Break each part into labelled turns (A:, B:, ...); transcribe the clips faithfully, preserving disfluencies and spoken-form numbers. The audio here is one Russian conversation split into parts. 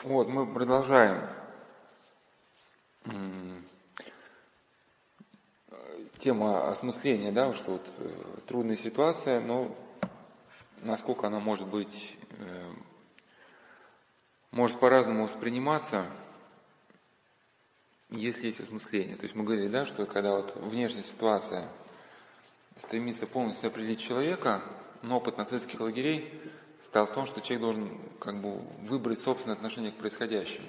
A: Вот, мы продолжаем тему осмысления, да, что вот трудная ситуация, но насколько она может быть, может по-разному восприниматься, если есть осмысление. То есть мы говорили, да, что когда вот внешняя ситуация стремится полностью определить человека, но опыт нацистских лагерей стал в том, что человек должен как бы выбрать собственное отношение к происходящему.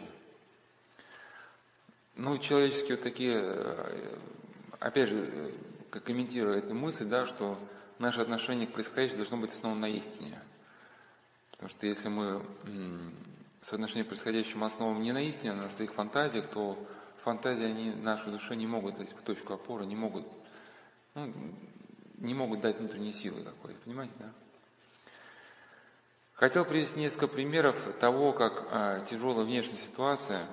A: Ну, человеческие вот такие, опять же, комментируя эту мысль, да, что наше отношение к происходящему должно быть основано на истине. Потому что если мы свое отношение к происходящему основываем не на истине, а на своих фантазиях, то фантазии, они нашей душе не могут дать точку опоры, не могут, ну, не могут дать внутренней силы какой-то, понимаете, да? Хотел привести несколько примеров того, как а, тяжелая внешняя ситуация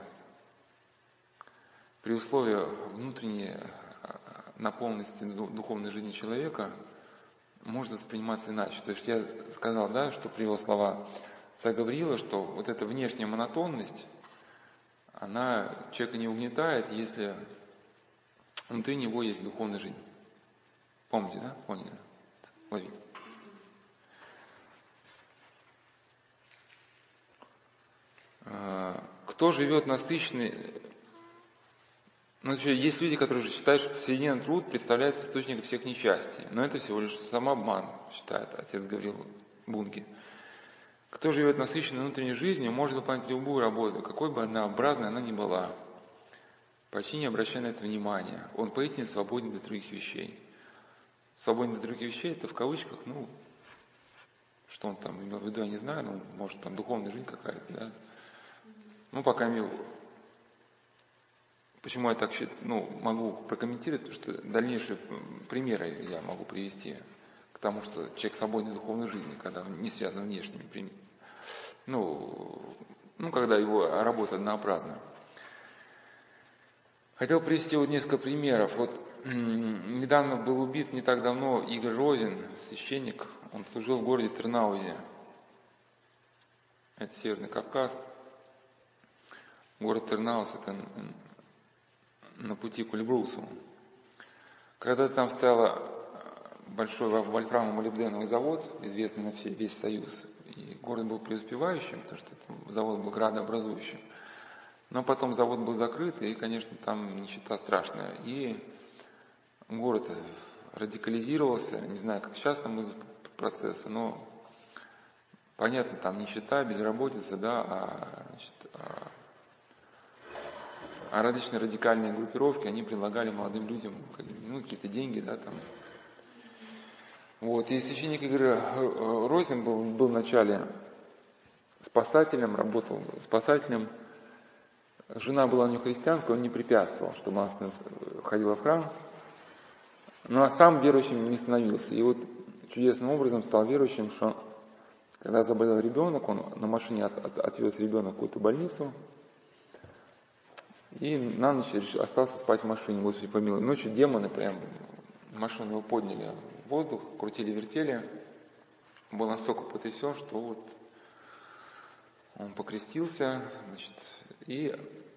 A: при условии внутренней наполненности духовной жизни человека может восприниматься иначе. То есть я сказал, да, что привел слова отца Гавриила, что вот эта внешняя монотонность, она человека не угнетает, если внутри него есть духовная жизнь. Помните, да? Поняли? Лови. Кто живет насыщенный... Ну, есть люди, которые же считают, что повседневный труд представляет источником всех несчастий. Но это всего лишь самообман, считает отец Гавриил Бунге. Кто живет насыщенной внутренней жизнью, может выполнять любую работу, какой бы она образной она ни была, почти не обращая на это внимания. Он поистине свободен для других вещей. Свободен для других вещей, это в кавычках, ну, что он там имел в виду, я не знаю, ну, может, там духовная жизнь какая-то, да. Ну, пока я Почему я так ну, могу прокомментировать, потому что дальнейшие примеры я могу привести к тому, что человек свободен в духовной жизни, когда он не связан внешними примерами. Ну, ну, когда его работа однообразна. Хотел привести вот несколько примеров. Вот недавно был убит, не так давно, Игорь Розин, священник. Он служил в городе Тырнаузе. Это Северный Кавказ. Город Тырнауз – это на пути к Эльбрусу. Когда там стоял большой вольфрамо-молибденовый завод, известный на все, весь Союз, и город был преуспевающим, потому что завод был градообразующим. Но потом завод был закрыт, и, конечно, там нищета страшная. И город радикализировался, не знаю, как сейчас там идут процессы, но понятно, там нищета, безработица, да, а, значит, а, А различные радикальные группировки, они предлагали молодым людям ну, какие-то деньги, да, там. Вот. И священник Игорь Розин был, был вначале спасателем, работал спасателем. Жена была у него христианка, он не препятствовал, чтобы она ходила в храм. Ну а сам верующим не становился. И вот чудесным образом стал верующим, что когда заболел ребенок, он на машине от, от, отвез ребенка в какую-то больницу. И на ночь остался спать в машине, Господи помилуй. Ночью демоны прям машину его подняли в воздух, крутили-вертели. Он был настолько потрясен, что вот он покрестился, значит, и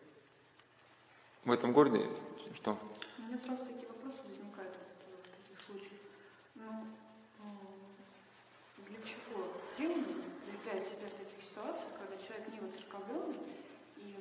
A: в этом городе, что?
B: У меня сразу такие вопросы возникают в таких случаях. Ну, для чего демоны влепляют себя в таких ситуациях, когда человек не воцерковленный, и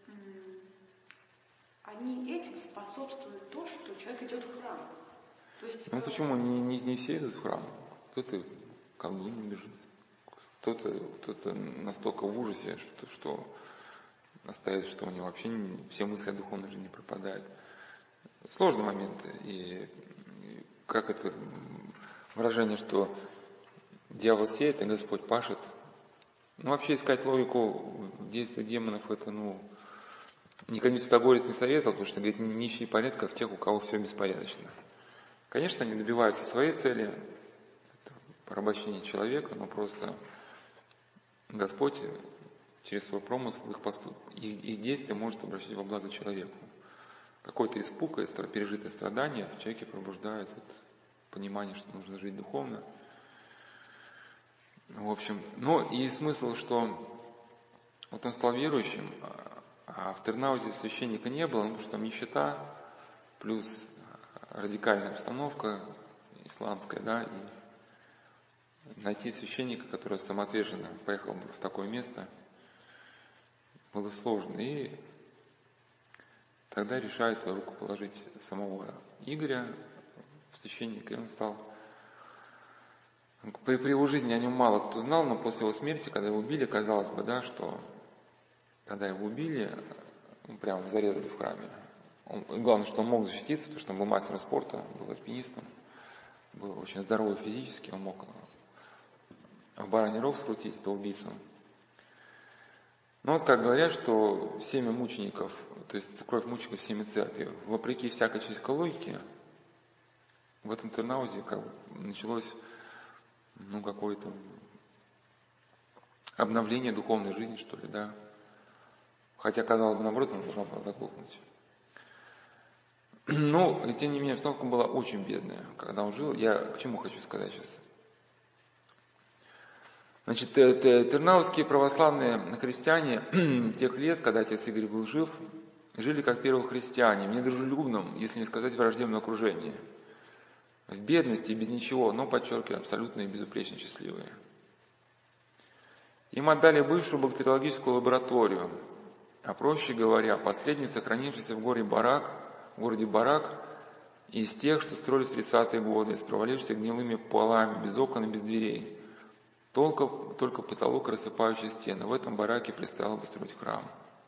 B: они этим способствуют то, что человек идет в храм. То есть,
A: ну почему? Не, не, не все идут в храм. Кто-то к колдуне бежит. Кто-то, кто-то настолько в ужасе, что, что остается, что у него вообще не, все мысли о духовной жизни пропадают. Сложный момент. И, и как это выражение, что дьявол сеет, а Господь пашет. Ну, вообще искать логику в действиях демонов, это, ну, никому Святогорец не советовал, потому что, говорит, не ищи порядка в тех, у кого все беспорядочно. Конечно, они добиваются своей цели, это порабощение человека, но просто Господь через свой промысл их, поступ... их, их действия может обращать во благо человеку. Какой-то испуг и пережитое страдание в человеке пробуждает вот понимание, что нужно жить духовно. В общем, ну и смысл, что Вот он стал верующим, а в Тырнаузе священника не было, потому что там нищета, плюс радикальная обстановка исламская, да, и найти священника, который самоотверженно поехал бы в такое место, было сложно. И тогда решает руку положить самого Игоря в священника, и он стал... При, при его жизни о нем мало кто знал, но после его смерти, когда его убили, казалось бы, да, что когда его убили, ну, прямо зарезали в храме. Он, главное, что он мог защититься, потому что он был мастером спорта, был альпинистом, был очень здоровый физически, он мог в бараний рог скрутить этого убийцу. Но вот как говорят, что семя мучеников, то есть кровь мучеников в семя церкви, вопреки всякой человеческой логике, в этом Тырнаузе как бы началось ну, какое-то обновление духовной жизни, что ли, да. Хотя, казалось бы, наоборот, она должна была заглохнуть. Но, и тем не менее, обстановка была очень бедная, когда он жил. Я к чему хочу сказать сейчас? Значит, тырнаузские православные христиане тех лет, когда отец Игорь был жив, жили как первые христиане, в недружелюбном, если не сказать враждебном окружении. В бедности, без ничего, но, подчеркиваю, абсолютно и безупречно счастливые. Им отдали бывшую бактериологическую лабораторию, а проще говоря, последний сохранившийся в городе барак, в городе барак из тех, что строили в тридцатые годы, с провалившимися гнилыми полами, без окон и без дверей. Только, только потолок и рассыпающие стены. В этом бараке предстояло бы строить храм.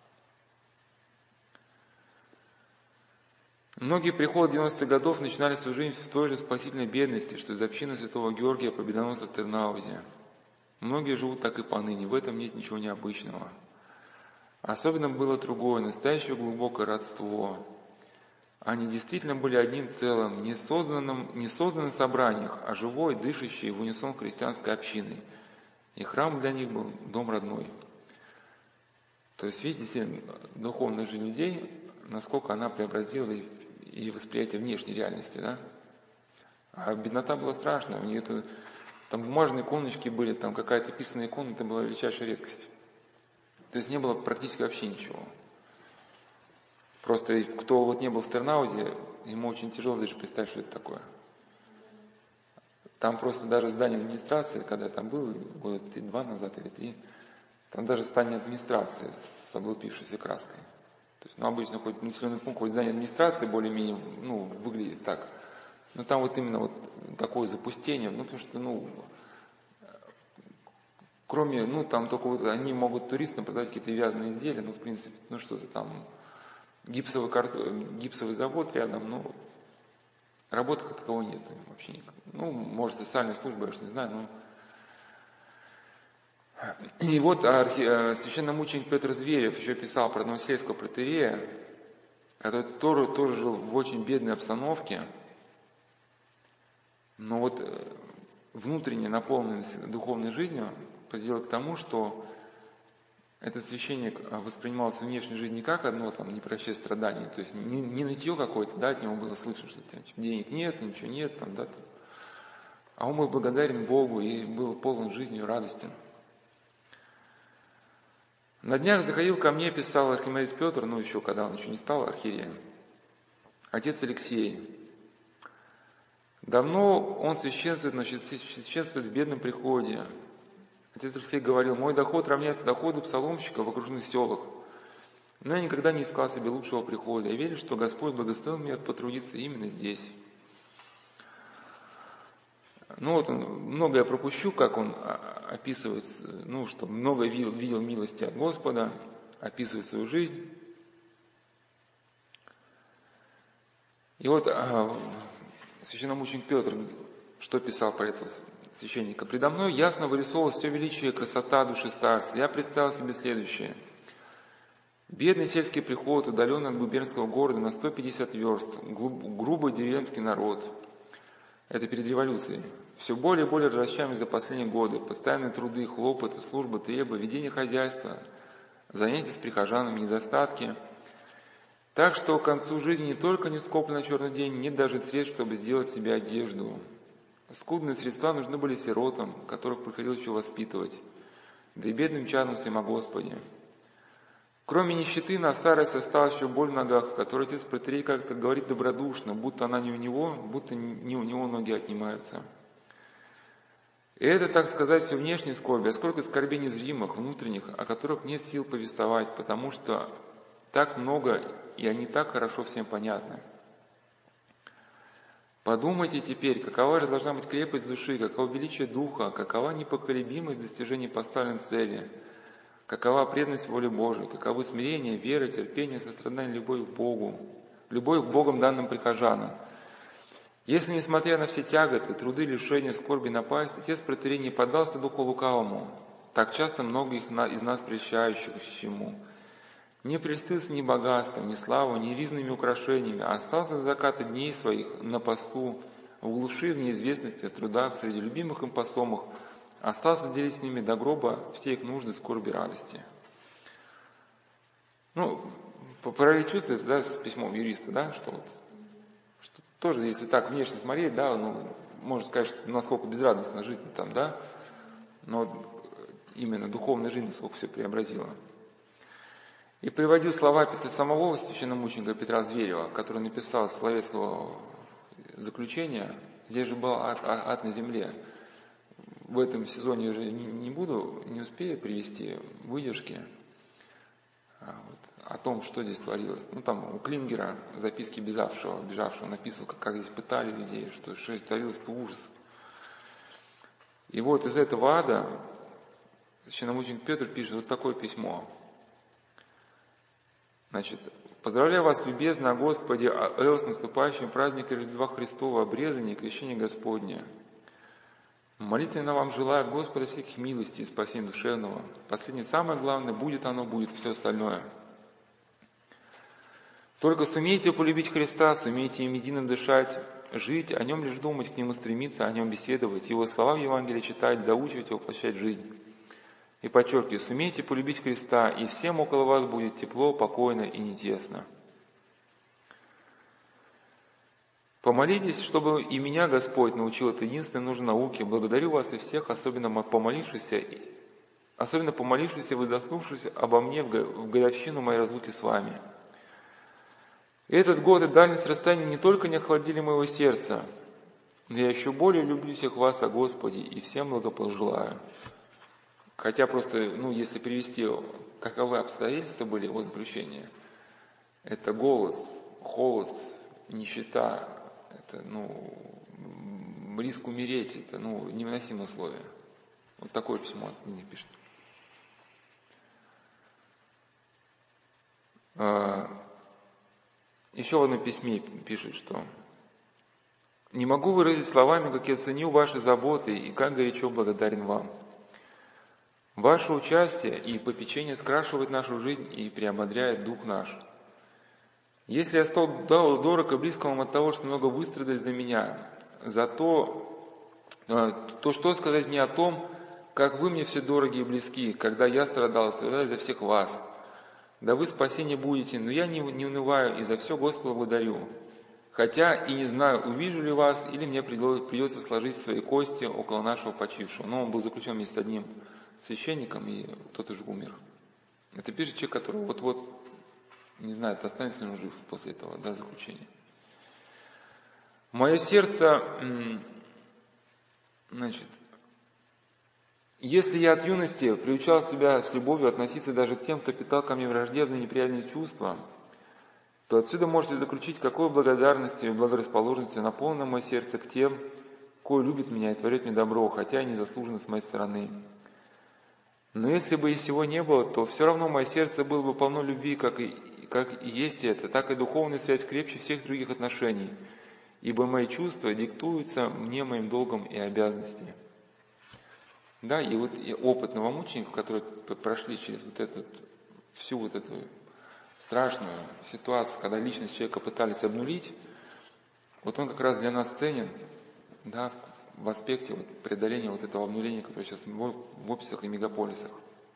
A: Многие приходы девяностых годов начинали свою жизнь в той же спасительной бедности, что из общины святого Георгия Победоносца в Тырнаузе. Многие живут так и поныне, в этом нет ничего необычного. Особенно было другое, настоящее глубокое родство. Они действительно были одним целым, не созданным, не созданным в собраниях, а живой, дышащей в унисон христианской общиной. И храм для них был дом родной. То есть, видите, духовная жизнь людей, насколько она преобразила и, и восприятие внешней реальности, да? А беднота была страшная, у них это, там бумажные иконочки были, там какая-то писаная икона, это была величайшая редкость. То есть не было практически вообще ничего. Просто кто вот не был в Тырнаузе, ему очень тяжело даже представить, что это такое. Там просто даже здание администрации, когда я там был, года два назад или три, там даже здание администрации с облупившейся краской. То есть, ну, обычно хоть населенный пункт, хоть здание администрации более-менее, ну, выглядит так. Но там вот именно вот такое запустение, ну, потому что, ну, кроме, ну, там только вот они могут туристам продать какие-то вязаные изделия, ну, в принципе, ну, что-то там, гипсовый, карт... гипсовый завод рядом, ну, работы как таковой нет вообще никак. Ну, может, социальная служба, я уж не знаю, но... И вот архи... священномученик Петр Зверев еще писал про одного сельского протоиерея, который тоже, тоже жил в очень бедной обстановке, но вот внутренне наполненность духовной жизнью привела к тому, что этот священник воспринимал свою внешнюю жизнь не как одно там непрощее страдание, то есть не, не нытье какое-то, да, от него было слышно, что там, денег нет, ничего нет, там, да, там. А он был благодарен Богу и был полон жизнью, радостен. На днях заходил ко мне, писал архимандрит Петр, ну еще когда он еще не стал архиереем, отец Алексей. Давно он священствует, значит, священствует в бедном приходе. Отец Алексей говорил: мой доход равняется доходу псаломщика в окружных селах. Но я никогда не искал себе лучшего прихода. Я верю, что Господь благословил меня потрудиться именно здесь. Ну вот, много я пропущу, как он описывает, ну, что много видел, видел милости от Господа, описывает свою жизнь. И вот священномученик Петр, что писал про этого священника? «Предо мной ясно вырисовывалось все величие и красота души старца. Я представил себе следующее. Бедный сельский приход, удаленный от губернского города на сто пятьдесят верст, грубый деревенский народ. Это перед революцией. Все более и более разращаемый за последние годы. Постоянные труды, хлопоты, служба, требы, ведение хозяйства, занятия с прихожанами, недостатки. Так что к концу жизни не только не скоплено на черный день, нет даже средств, чтобы сделать себе одежду. Скудные средства нужны были сиротам, которых приходилось еще воспитывать, да и бедным чадам всем о Господе. Кроме нищеты, на старость осталась еще боль в ногах, которую отец протоиерей как-то говорит добродушно, будто она не у него, будто не у него ноги отнимаются. И это, так сказать, все внешние скорби, а сколько скорбей незримых, внутренних, о которых нет сил повествовать, потому что так много, и они так хорошо всем понятны. Подумайте теперь, какова же должна быть крепость души, каково величие духа, какова непоколебимость достижения поставленной цели, какова преданность воле Божией, каковы смирение, вера, терпение, сострадание, любовь к Богу, любовь к Богом данным прихожанам. Если, несмотря на все тяготы, труды, лишения, скорби, напасть, отец протоиерей не поддался духу лукавому, так часто многих из нас прельщающих чему, не прельстился ни богатством, ни славой, ни ризными украшениями, а остался до заката дней своих на посту, в глуши, в неизвестности, в трудах, среди любимых им посомых, остался делить с ними до гроба все их нужды, скорби, радости. Ну, параллель чувствуется, да, с письмом юриста, да, что вот, что тоже, если так внешне смотреть, да, ну, можно сказать, что насколько безрадостно жить там, да, но именно духовная жизнь, насколько все преобразила. И приводил слова Петра, самого священномученика Петра Зверева, который написал словесного заключения, здесь же был ад, ад на земле. В этом сезоне уже не, не буду, не успею привести выдержки а, вот, о том, что здесь творилось. Ну, там у Клингера записки бежавшего, бежавшего написал, как, как здесь пытали людей, что, что здесь творилось, это ужас. И вот из этого ада священномученик Петр пишет вот такое письмо. Значит, поздравляю вас, любезно, о Господе, Эл, с наступающим праздником Рождества Христова, обрезания и крещения Господня. Молитвенно вам желаю Господа всяких милостей и спасения душевного. Последнее, самое главное, будет оно, будет все остальное. Только сумейте полюбить Христа, сумейте им едино дышать, жить, о нем лишь думать, к нему стремиться, о нем беседовать, его слова в Евангелии читать, заучивать и воплощать в жизнь. И подчеркиваю, сумейте полюбить Христа, и всем около вас будет тепло, покойно и не тесно. Помолитесь, чтобы и меня Господь научил этой единственной нужной науке. Благодарю вас и всех, особенно помолившихся, особенно помолившихся и вздохнувшихся обо мне в годовщину моей разлуки с вами. И этот год и дальность расстояния не только не охладили моего сердца, но я еще более люблю всех вас о Господе и всем благопожелаю. Хотя просто, ну, если привести, каковы обстоятельства были его заключения, это голод, холод, нищета, это, ну, риск умереть, это, ну, невыносимые условия. Вот такое письмо от меня пишет. Еще в одном письме пишет, что «Не могу выразить словами, как я ценю ваши заботы и как горячо благодарен вам. Ваше участие и попечение скрашивает нашу жизнь и приободряет дух наш. Если я стал дорог и близок вам от того, что много выстрадали за меня, за то, то что сказать мне о том, как вы мне все дороги и близки, когда я страдал, страдаю за всех вас. Да вы спасение будете, но я не, не унываю и за все Господа благодарю. Хотя и не знаю, увижу ли вас, или мне придется сложить свои кости около нашего почившего». Но он был заключен вместе с одним священником, и тот уже умер. Это пишет человек, который вот-вот, не знает, останется ли он жив после этого, да, заключения. Мое сердце, значит, если я от юности приучал себя с любовью относиться даже к тем, кто питал ко мне враждебные неприятные чувства, то отсюда можете заключить, какой благодарностью и благорасположенностью наполнено мое сердце к тем, кое любит меня и творит мне добро, хотя и незаслуженно с моей стороны. Но если бы и всего не было, то все равно мое сердце было бы полно любви, как и, как и есть это, так и духовная связь крепче всех других отношений, ибо мои чувства диктуются мне моим долгом и обязанностями. Да, и вот и опыт новомучеников, которые прошли через вот эту, всю вот эту страшную ситуацию, когда личность человека пытались обнулить, вот он как раз для нас ценен, да, в аспекте вот преодоления вот этого обнуления, которое сейчас в, в офисах и мегаполисах.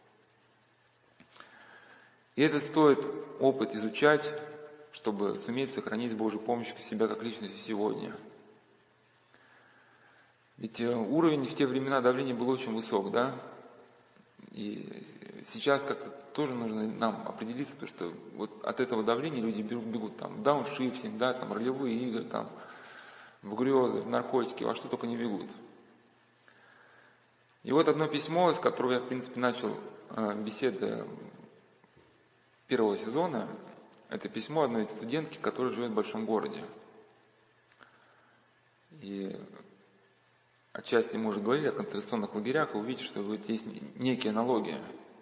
A: И это стоит опыт изучать, чтобы суметь сохранить с Божьей помощью себя как личность сегодня. Ведь уровень в те времена давления был очень высок, да? И сейчас как-то тоже нужно нам определиться, потому что вот от этого давления люди бегут, бегут там, в дауншифтинг, да, там, ролевые игры, там, в грезы, в наркотики, во что только не бегут. И вот одно письмо, с которого я, в принципе, начал э, беседы первого сезона, это письмо одной студентки, которая живет в большом городе. И отчасти мы уже говорили о концентрационных лагерях, и увидите, что вот есть некие аналогии.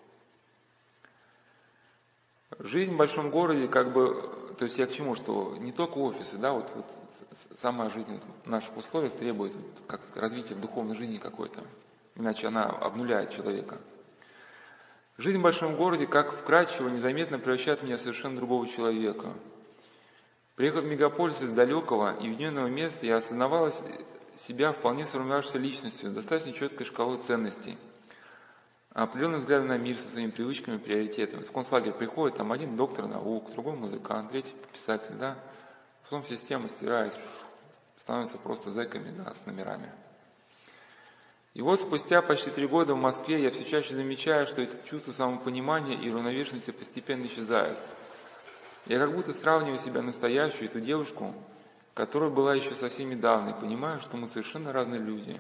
A: Жизнь в большом городе, как бы, то есть я к чему, что не только офисы, да, вот, вот сама жизнь вот в наших условиях требует вот, как развития в духовной жизни какой-то, иначе она обнуляет человека. Жизнь в большом городе, как вкрадчиво, незаметно превращает меня в совершенно другого человека. Приехав в мегаполис из далекого и уединенного места, я осознавала себя вполне сформировавшейся личностью, достаточно четкой шкалой ценностей, определенным взглядом на мир со своими привычками и приоритетами. В концлагерь приходит там один доктор наук, другой музыкант, третий писатель, да. Потом система стирает, становится просто зэками, да, с номерами. И вот спустя почти три года в Москве я все чаще замечаю, что это чувство самопонимания и уравновешенности постепенно исчезает. Я как будто сравниваю себя настоящую, эту девушку, которая была еще совсем недавно, и понимаю, что мы совершенно разные люди.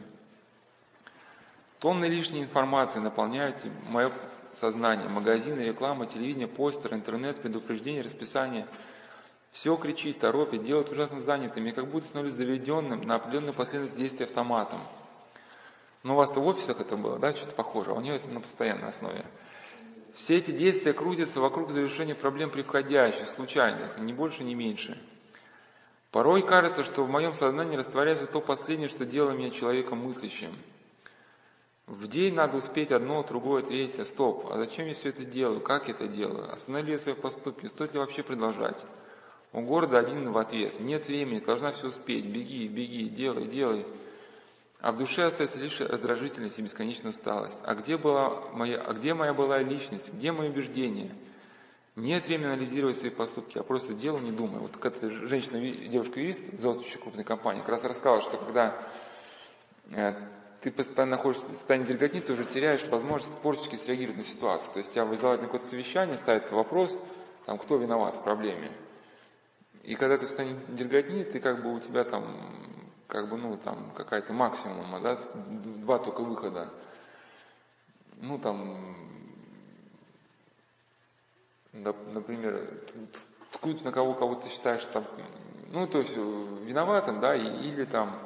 A: Тонны лишней информации наполняют мое сознание. Магазины, реклама, телевидение, постер, интернет, предупреждения, расписание. Все кричит, торопит, делает ужасно занятым. Я как будто становлюсь заведенным на определенную последовательность действий автоматом. Но у вас-то в офисах это было, да, что-то похоже, а у нее это на постоянной основе. Все эти действия крутятся вокруг завершения проблем приходящих, случайных, ни больше, ни меньше. Порой кажется, что в моем сознании растворяется то последнее, что делает меня человеком мыслящим. В день надо успеть одно, другое, третье. Стоп, а зачем я все это делаю? Как я это делаю? Остановили я свои поступки? Стоит ли вообще продолжать? У города один в ответ. Нет времени, должна все успеть. Беги, беги, делай, делай. А в душе остается лишь раздражительность и бесконечная усталость. А где была моя, а где моя была личность? Где мои убеждения? Нет времени анализировать свои поступки, а просто делай, не думай. Вот какая-то женщина, девушка-юрист из золотущей крупной компании, как раз рассказала, что когда ты постоянно находишься в состоянии дерготни, ты уже теряешь возможность творчески среагировать на ситуацию. То есть тебя вызывают на какое-то совещание, ставят вопрос, там, кто виноват в проблеме. И когда ты в состоянии дерготни, ты как бы у тебя там, как бы, ну, там, какая-то максимума, да, два только выхода. Ну, там, например, ткнуть на кого, кого ты считаешь там, ну, то есть виноватым, да, или там,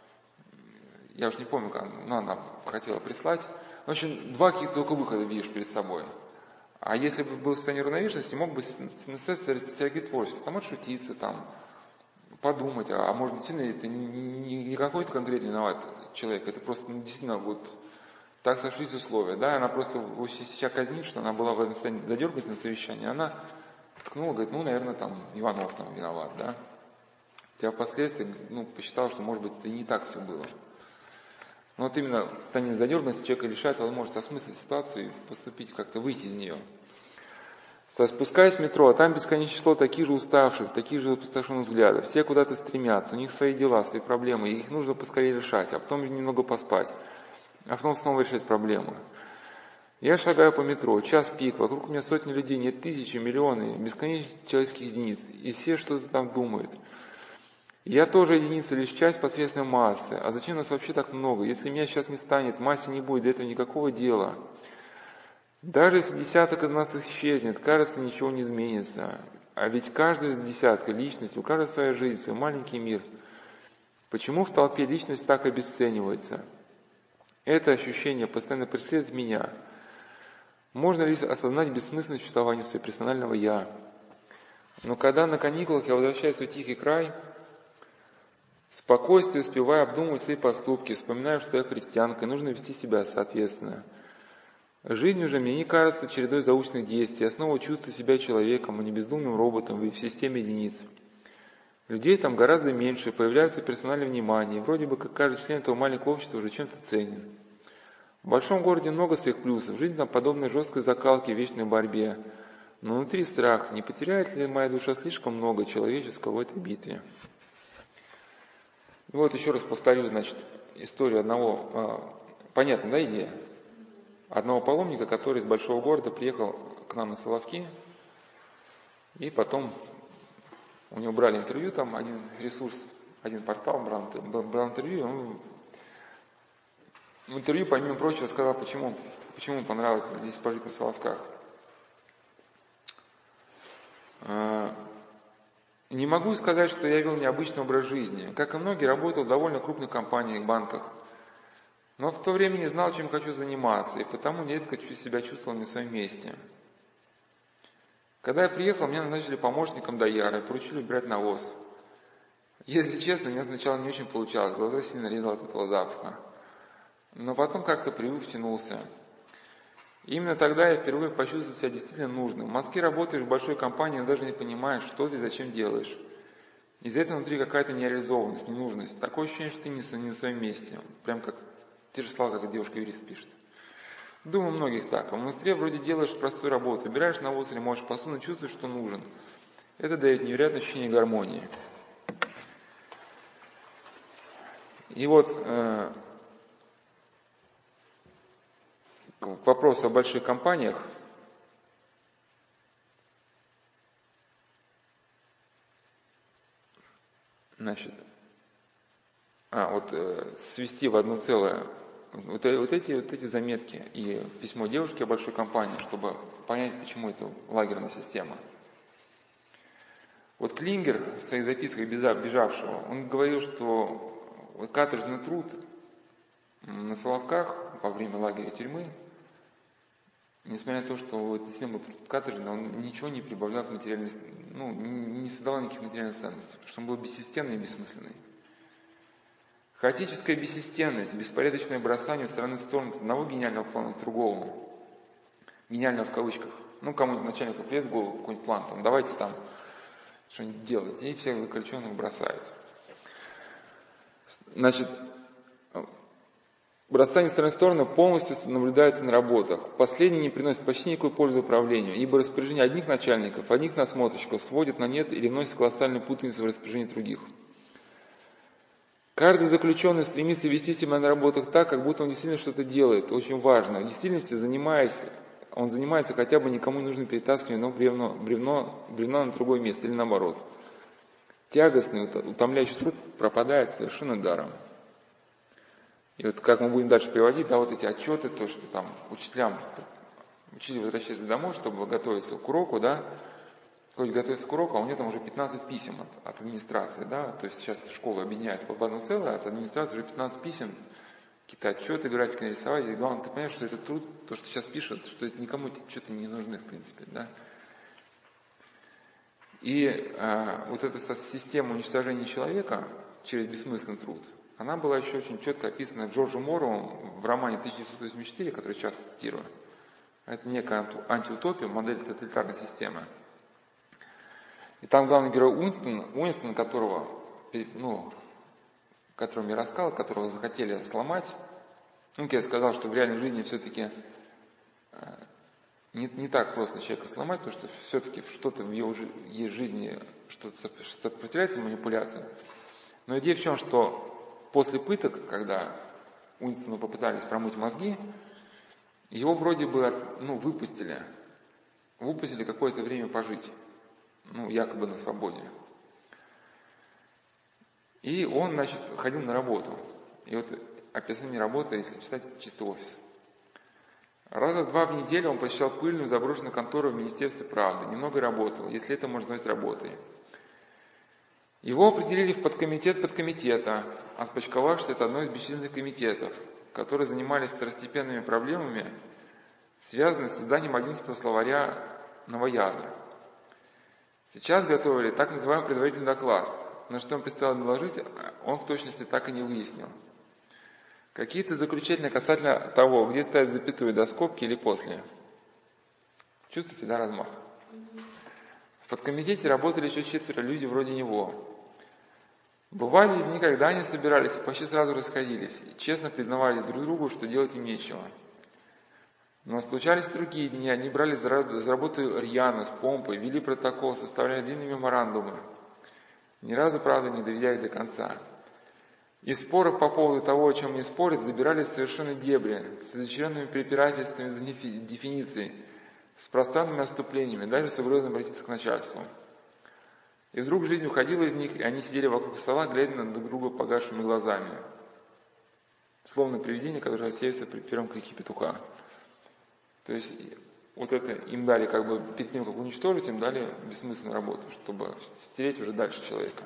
A: я уж не помню, как, ну, она хотела прислать. В общем, два каких-то только выхода видишь перед собой. А если бы был состояние равновешенности, мог бы среагировать творчески. Там отшутиться, там, подумать, а, а может действительно это не, не какой-то конкретный виноват человек, это просто ну, действительно вот так сошлись условия, да, она просто себя казнит, что она была в этом состоянии задергаться на совещании, она ткнула, говорит, ну, наверное, там Иванов там виноват, да. Хотя впоследствии, ну, посчитал, что, может быть, это и не так все было. Но вот именно состояние задерганности человека лишает возможности осмыслить ситуацию и поступить как-то, выйти из нее. Спускаясь в метро, а там бесконечное число таких же уставших, таких же опустошенных взглядов. Все куда-то стремятся, у них свои дела, свои проблемы, и их нужно поскорее решать, а потом немного поспать, а потом снова решать проблемы. Я шагаю по метро, час пик, вокруг меня сотни людей, нет тысячи, миллионы, бесконечных человеческих единиц, и все что-то там думают. Я тоже единица, лишь часть посредственной массы. А зачем нас вообще так много? Если меня сейчас не станет, массе не будет, до этого никакого дела. Даже если десяток из нас исчезнет, кажется, ничего не изменится. А ведь каждый из десятка личность, у каждого своя жизнь, свой маленький мир. Почему в толпе личность так обесценивается? Это ощущение постоянно преследует меня. Можно ли осознать бессмысленность существования своего персонального «я»? Но когда на каникулах я возвращаюсь в свой тихий край, в спокойствии успеваю обдумывать свои поступки, вспоминаю, что я христианка, и нужно вести себя соответственно. Жизнь уже мне не кажется чередой заученных действий, я снова чувствую себя человеком, а не бездумным роботом в системе единиц. Людей там гораздо меньше, появляется персональное внимание, вроде бы как каждый член этого маленького общества уже чем-то ценен. В большом городе много своих плюсов, жизнь там подобна жесткой закалке, вечной борьбе. Но внутри страх, не потеряет ли моя душа слишком много человеческого в этой битве? Вот еще раз повторю, значит, историю одного, понятно, да, идея? одного паломника, который из большого города приехал к нам на Соловки, и потом у него брали интервью, там один ресурс, один портал брал, брал интервью, и он в интервью, помимо прочего, сказал, почему, почему ему понравилось здесь пожить на Соловках. Не могу сказать, что я вел необычный образ жизни. Как и многие, работал в довольно крупных компаниях, банках. Но в то время не знал, чем хочу заниматься, и потому нередко себя чувствовал не в своем месте. Когда я приехал, меня назначили помощником дояра и поручили убирать навоз. Если честно, мне сначала не очень получалось, глаза сильно резало от этого запаха. Но потом как-то привык, втянулся. Именно тогда я впервые почувствовал себя действительно нужным. В Москве работаешь в большой компании, но даже не понимаешь, что ты и зачем делаешь. Из-за этого внутри какая-то нереализованность, ненужность. Такое ощущение, что ты не на своем месте. Прям как те же слова, как девушка-юрист пишет. Думаю, многих так. В монастыре вроде делаешь простую работу, убираешь навоз или моешь посуду, но чувствуешь, что нужен. Это дает невероятное ощущение гармонии. И вот э, к вопросу о больших компаниях. Значит, а, вот э, свести в одно целое вот, вот, эти, вот эти заметки и письмо девушки о большой компании, чтобы понять, почему это лагерная система. Вот Клингер в своих записках бежавшего, он говорил, что каторжный труд на Соловках во время лагеря и тюрьмы, несмотря на то, что вот действительно был труд каторжный, он ничего не прибавлял к материальной, ну, не создавал никаких материальных ценностей, потому что он был бессистемный и бессмысленный. Хаотическая бессистемность, беспорядочное бросание с стороны в сторону от одного гениального плана к другому, гениального в кавычках, ну, кому-нибудь начальнику придет в голову какой-нибудь план, там, давайте там что-нибудь делать, и всех заключенных бросают. Значит, бросание с стороны в сторону полностью наблюдается на работах. Последние не приносят почти никакой пользы управлению, ибо распоряжение одних начальников, одних насмотрщиков сводит на нет или вносит колоссальную путаницу в распоряжение других. Каждый заключенный стремится вести себя на работах так, как будто он действительно что-то делает, очень важно. В действительности, занимаясь, он занимается хотя бы никому не нужным перетаскиванием одно бревно, бревно, бревно на другое место, или наоборот. Тягостный, утомляющий труд пропадает совершенно даром. И вот как мы будем дальше приводить, да, вот эти отчеты, то, что там учителям, учили возвращаться домой, чтобы готовиться к уроку, да, хоть готовится к уроку, а у него там уже пятнадцать писем от, от администрации, да, то есть сейчас школу объединяют в одно целое, от администрации уже пятнадцать писем, какие-то отчеты, графики нарисовать, и главное, ты понимаешь, что этот труд, то, что сейчас пишут, что это никому эти отчеты не нужны, в принципе, да. И а, вот эта система уничтожения человека через бессмысленный труд, она была еще очень четко описана Джорджем Оруэллом в романе тысяча девятьсот восемьдесят четыре, который часто цитирую. Это некая антиутопия, модель тоталитарной системы. И там главный герой Уинстон, Уинстон, которого, ну, которого я рассказал, которого захотели сломать. Ну, я сказал, что в реальной жизни все-таки не, не так просто человека сломать, потому что все-таки что-то в его жизни что-то сопротивляется манипуляциям. Но идея в чем, что после пыток, когда Уинстону попытались промыть мозги, его вроде бы ну, выпустили. Выпустили какое-то время пожить. Ну, якобы на свободе. И он, значит, ходил на работу. И вот описание работы, если читать, чисто офис. Раза два в неделю он посещал пыльную заброшенную контору в Министерстве правды. Немного работал, если это можно назвать работой. Его определили в подкомитет подкомитета, а спочковавшись это одно из бесчисленных комитетов, которые занимались второстепенными проблемами, связанными с созданием одиннадцатого словаря новояза. Сейчас готовили так называемый предварительный доклад, на что он предстояло доложить, он в точности так и не выяснил. Какие-то заключения касательно того, где ставить запятую, до скобки или после. Чувствуете, да, размах? В подкомитете работали еще четверо людей вроде него. Бывали дни, когда они собирались и почти сразу расходились, и честно признавались друг другу, что делать им нечего. Но случались другие дни, они брались за работу рьяно, с помпой, вели протокол, составляли длинные меморандумы, ни разу, правда, не доведя их до конца. И в спорах по поводу того, о чем они спорят, забирались в совершенно дебри, с изощренными препирательствами за дефиницией, с пространными отступлениями, даже с угрозой обратиться к начальству. И вдруг жизнь уходила из них, и они сидели вокруг стола, глядя на друг друга погасшими глазами, словно привидение, которое рассеется при первом крике петуха. То есть вот это им дали, как бы перед тем, как уничтожить, им дали бессмысленную работу, чтобы стереть уже дальше человека.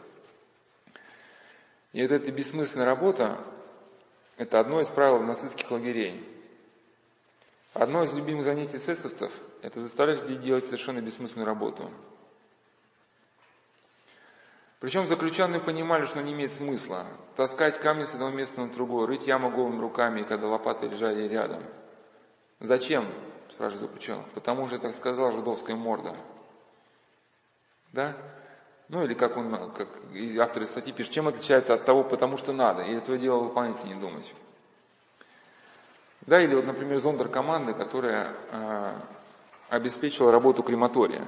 A: И вот эта бессмысленная работа – это одно из правил нацистских лагерей. Одно из любимых занятий эсэсовцев – это заставлять людей делать совершенно бессмысленную работу. Причем заключенные понимали, что не имеет смысла таскать камни с одного места на другое, рыть яму голыми руками, когда лопаты лежали рядом. Зачем? Спрашивает заключенных. Потому что так сказала жидовская морда. Да? Ну или как он, как автор статьи пишет, чем отличается от того, потому что надо, или этого дела выполнять и не думать. Да, или вот, например, зондеркоманда, которая э, обеспечивала работу крематория.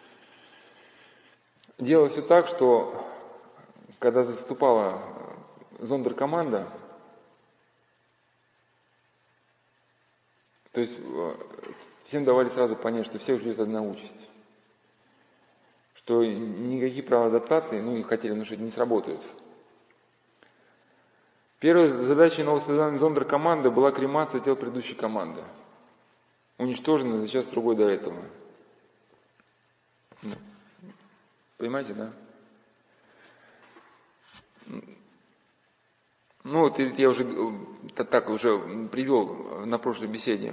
A: Делалось все так, что когда заступала зондеркоманда, то есть всем давали сразу понять, что всех ждет одна участь. Что никакие права адаптации, ну и хотели внушить, не сработают. Первой задачей новосозданной зондеркоманды была кремация тел предыдущей команды, уничтоженной за час-другой до этого. Понимаете, да? Ну вот я уже так уже привел на прошлой беседе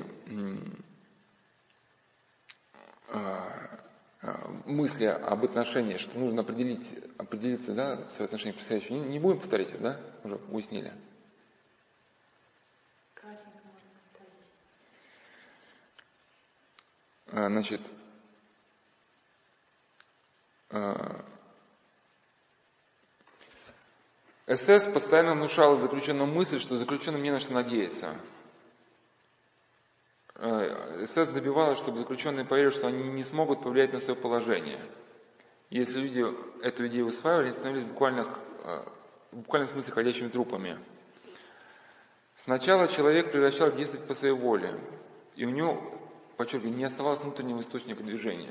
A: мысли об отношении, что нужно определить, определиться, да, свое отношение к происходящему. Не, не будем повторять это, да? Уже уяснили.
B: Красненько можно повторить.
A: Значит, СС постоянно внушал заключенным мысль, что заключенным не на что надеяться. СС добивалась, чтобы заключенные поверили, что они не смогут повлиять на свое положение. Если люди эту идею усваивали, они становились буквально, в буквальном смысле ходячими трупами. Сначала человек превращал действовать по своей воле, и у него, подчеркиваю, не оставалось внутреннего источника движения.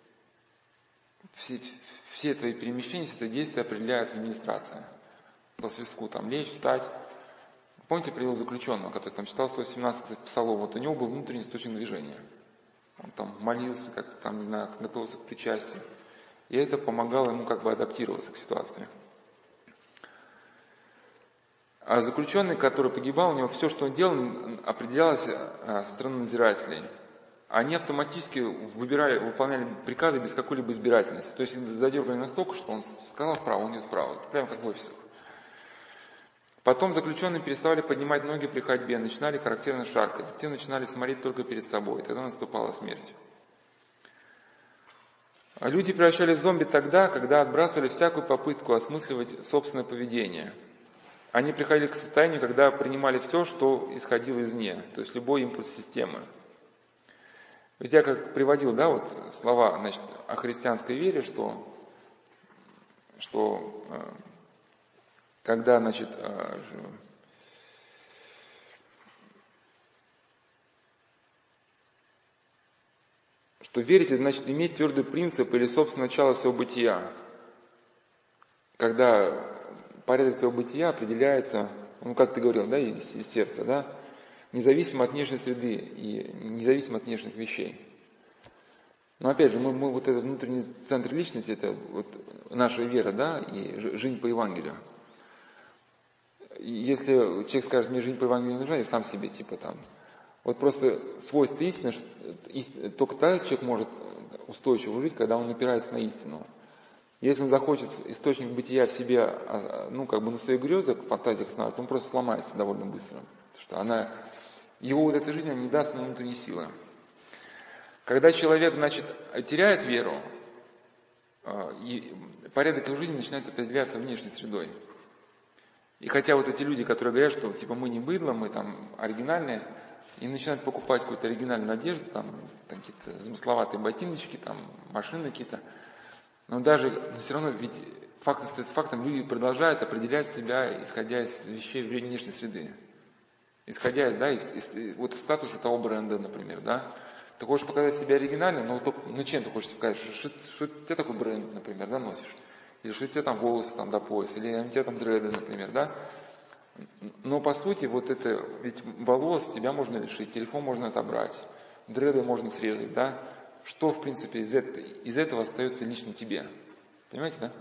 A: Все, все твои перемещения, все это действия определяет администрация. По свистку там лечь, встать. Помните, привел заключенного, который там читал сто семнадцать псалом, вот у него был внутренний источник движения. Он там молился, как-то там, не знаю, готовился к причастию. И это помогало ему как бы адаптироваться к ситуации. А заключенный, который погибал, у него все, что он делал, определялось со стороны надзирателей. Они автоматически выбирали, выполняли приказы без какой-либо избирательности. То есть задергали настолько, что он сказал вправо, он не вправо. Прямо как в офисах. Потом заключенные переставали поднимать ноги при ходьбе, начинали характерно шаркать, затем начинали смотреть только перед собой, тогда наступала смерть. А люди превращались в зомби тогда, когда отбрасывали всякую попытку осмысливать собственное поведение. Они приходили к состоянию, когда принимали все, что исходило извне, то есть любой импульс системы. Ведь я как приводил, да, вот слова, значит, о христианской вере, что, что когда, значит, что верить, это значит иметь твердый принцип или собственное начало своего бытия. Когда порядок твоего бытия определяется, ну, как ты говорил, да, из, из сердца, да, независимо от внешней среды и независимо от внешних вещей. Но опять же, мы, мы вот этот внутренний центр личности, это вот наша вера, да, и жизнь по Евангелию. Если человек скажет, мне жизнь по Евангелию не нужна, я сам себе типа там. Вот просто свойство истины, истины, только тогда человек может устойчиво жить, когда он опирается на истину. Если он захочет источник бытия в себе, ну как бы на своих грезах, фантазиях основать, он просто сломается довольно быстро. Потому что она, его вот эта жизнь она не даст ему внутренней силы. Когда человек, значит, теряет веру, и порядок его жизни начинает определяться внешней средой. И хотя вот эти люди, которые говорят, что типа мы не быдло, мы там оригинальные, и начинают покупать какую-то оригинальную одежду, там, там какие-то замысловатые ботиночки, там машины какие-то, но даже, но все равно ведь факт остается фактом, люди продолжают определять себя, исходя из вещей внешней среды. Исходя, да, из, из вот статуса того бренда, например, да. Ты хочешь показать себя оригинально, но вот, ну чем ты хочешь показать, что, что, что у тебя такой бренд, например, да, носишь? Или что у тебя там волосы там до пояса, или у тебя там дреды, например, да. Но по сути вот это, ведь волос тебя можно лишить, телефон можно отобрать, дреды можно срезать, да. Что, в принципе, из этого, из этого остается лично тебе? Понимаете, да?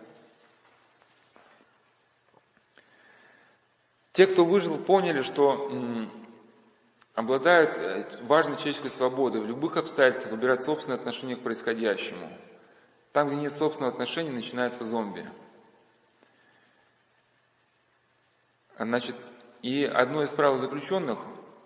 A: Те, кто выжил, поняли, что м, обладают важной человеческой свободой в любых обстоятельствах выбирать собственное отношение к происходящему. Там, где нет собственного отношения, начинается зомби. Значит, и одно из правил заключенных,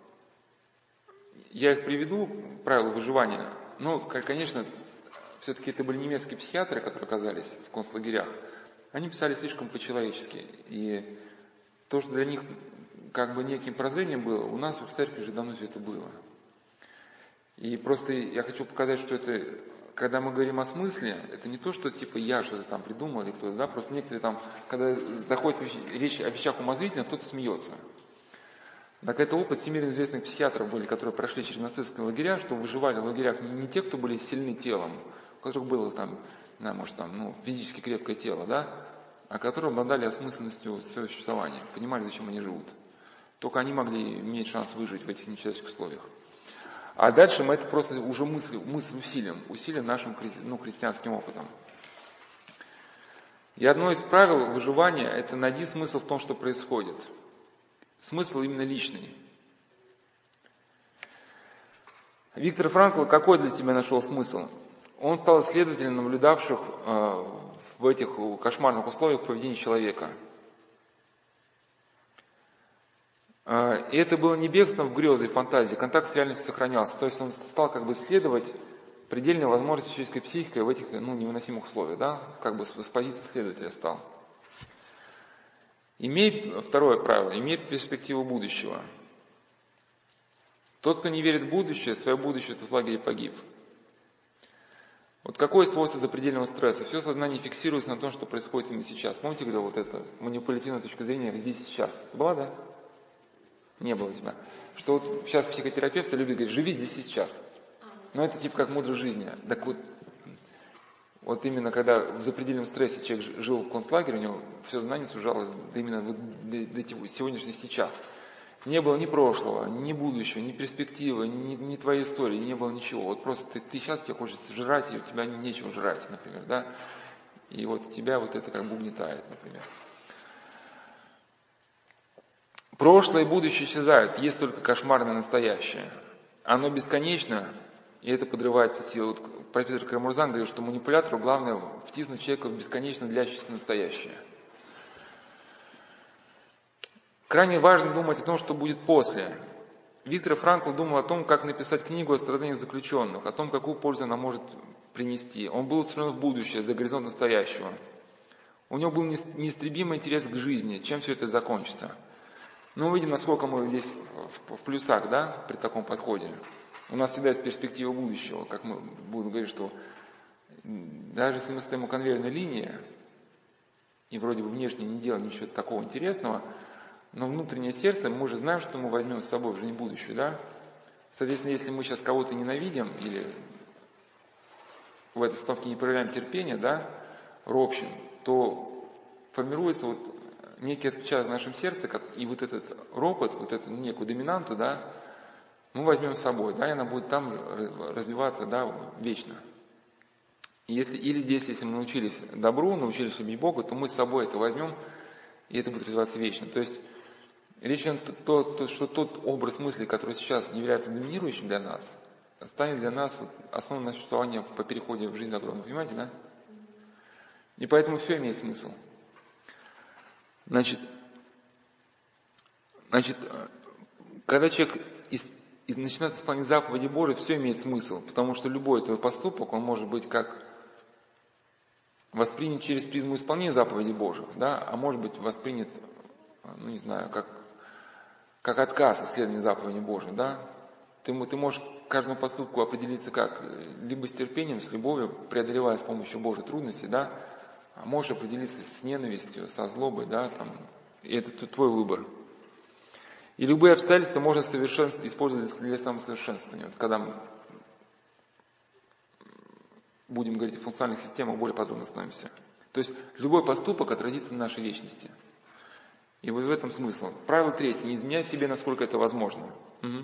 A: я их приведу, правила выживания, но, конечно, все-таки это были немецкие психиатры, которые оказались в концлагерях. Они писали слишком по-человечески. И то, что для них как бы неким прозрением было, у нас в церкви же давно все это было. И просто я хочу показать, что это, когда мы говорим о смысле, это не то, что типа я что-то там придумал или кто-то, да, просто некоторые там, когда заходит речь о вещах умозрительных, кто-то смеется. Так это опыт всемирно известных психиатров были, которые прошли через нацистские лагеря, что выживали в лагерях не, не те, кто были сильны телом, у которых было там, да, может, там, ну, физически крепкое тело, да, а которые обладали осмысленностью своего существования, понимали, зачем они живут. Только они могли иметь шанс выжить в этих нечеловеческих условиях. А дальше мы это просто уже мысль, мысль усилим, усилим нашим ну, христианским опытом. И одно из правил выживания – это найди смысл в том, что происходит. Смысл именно личный. Виктор Франкл какой для себя нашел смысл? Он стал исследователем наблюдавших э, в этих кошмарных условиях поведения человека. Э, и это было не бегством в грезы и фантазии, контакт с реальностью сохранялся. То есть он стал как бы исследовать предельные возможности человеческой психики в этих ну, невыносимых условиях, да? Как бы с позиции исследователя стал. Имей, второе правило, имей перспективу будущего. Тот, кто не верит в будущее, свое будущее в лагере погиб. Вот какое свойство запредельного стресса? Все сознание фиксируется на том, что происходит именно сейчас. Помните, когда вот это манипулятивная точка зрения здесь и сейчас? Была, да? Не было у тебя. Что вот сейчас психотерапевты любят говорить, живи здесь и сейчас. Но это типа как мудрость жизни. Так вот, вот именно когда в запредельном стрессе человек жил в концлагере, у него все знание сужалось именно до, до, до сегодняшнего сейчас. Не было ни прошлого, ни будущего, ни перспективы, ни, ни твоей истории, не было ничего. Вот просто ты, ты сейчас тебе хочется жрать, и у тебя нечего жрать, например, да? И вот тебя вот это как бы угнетает, например. Прошлое и будущее исчезают, есть только кошмарное настоящее. Оно бесконечно, и это подрывает все силы. Вот профессор Карамурзан говорит, что манипулятору главное втиснуть человека в бесконечно длящееся настоящее. Крайне важно думать о том, что будет после. Виктор Франкл думал о том, как написать книгу о страданиях заключенных, о том, какую пользу она может принести. Он был устремлен в будущее, за горизонт настоящего. У него был неистребимый интерес к жизни, чем все это закончится. Но мы видим, насколько мы здесь в, в плюсах, да, при таком подходе. У нас всегда есть перспектива будущего, как мы будем говорить, что даже если мы стоим у конвейерной линии, и вроде бы внешне не делаем ничего такого интересного, но внутреннее сердце, мы же знаем, что мы возьмем с собой в жизнь будущую, да? Соответственно, если мы сейчас кого-то ненавидим или в этой ставке не проявляем терпения, да, ропщим, то формируется вот некий отпечаток в нашем сердце, и вот этот ропот, вот эту некую доминанту, да, мы возьмем с собой, да, и она будет там развиваться, да, вечно. И если, или здесь, если мы научились добру, научились любить Бога, то мы с собой это возьмем, и это будет развиваться вечно. То есть речь идет о том, что тот образ мысли, который сейчас является доминирующим для нас, станет для нас вот основой нашего существования по переходе в жизнь огромную. Понимаете, да? И поэтому все имеет смысл. Значит, значит когда человек из, из, начинает исполнять заповеди Божьи, все имеет смысл, потому что любой твой поступок, он может быть как воспринят через призму исполнения заповедей Божьих, да, а может быть воспринят, ну не знаю, как, как отказ от следования заповедей Божьих, да. Ты, ты можешь к каждому поступку определиться как? Либо с терпением, с любовью, преодолевая с помощью Божьей трудности, да, А можешь определиться с ненавистью, со злобой, да, там, и это твой выбор. И любые обстоятельства можно совершенств... использовать для самосовершенствования. Вот когда мы будем говорить о функциональных системах, более подробно остановимся. То есть любой поступок отразится на нашей вечности. И вот в этом смысл. Правило третье. Не изменяй себе, насколько это возможно. Угу.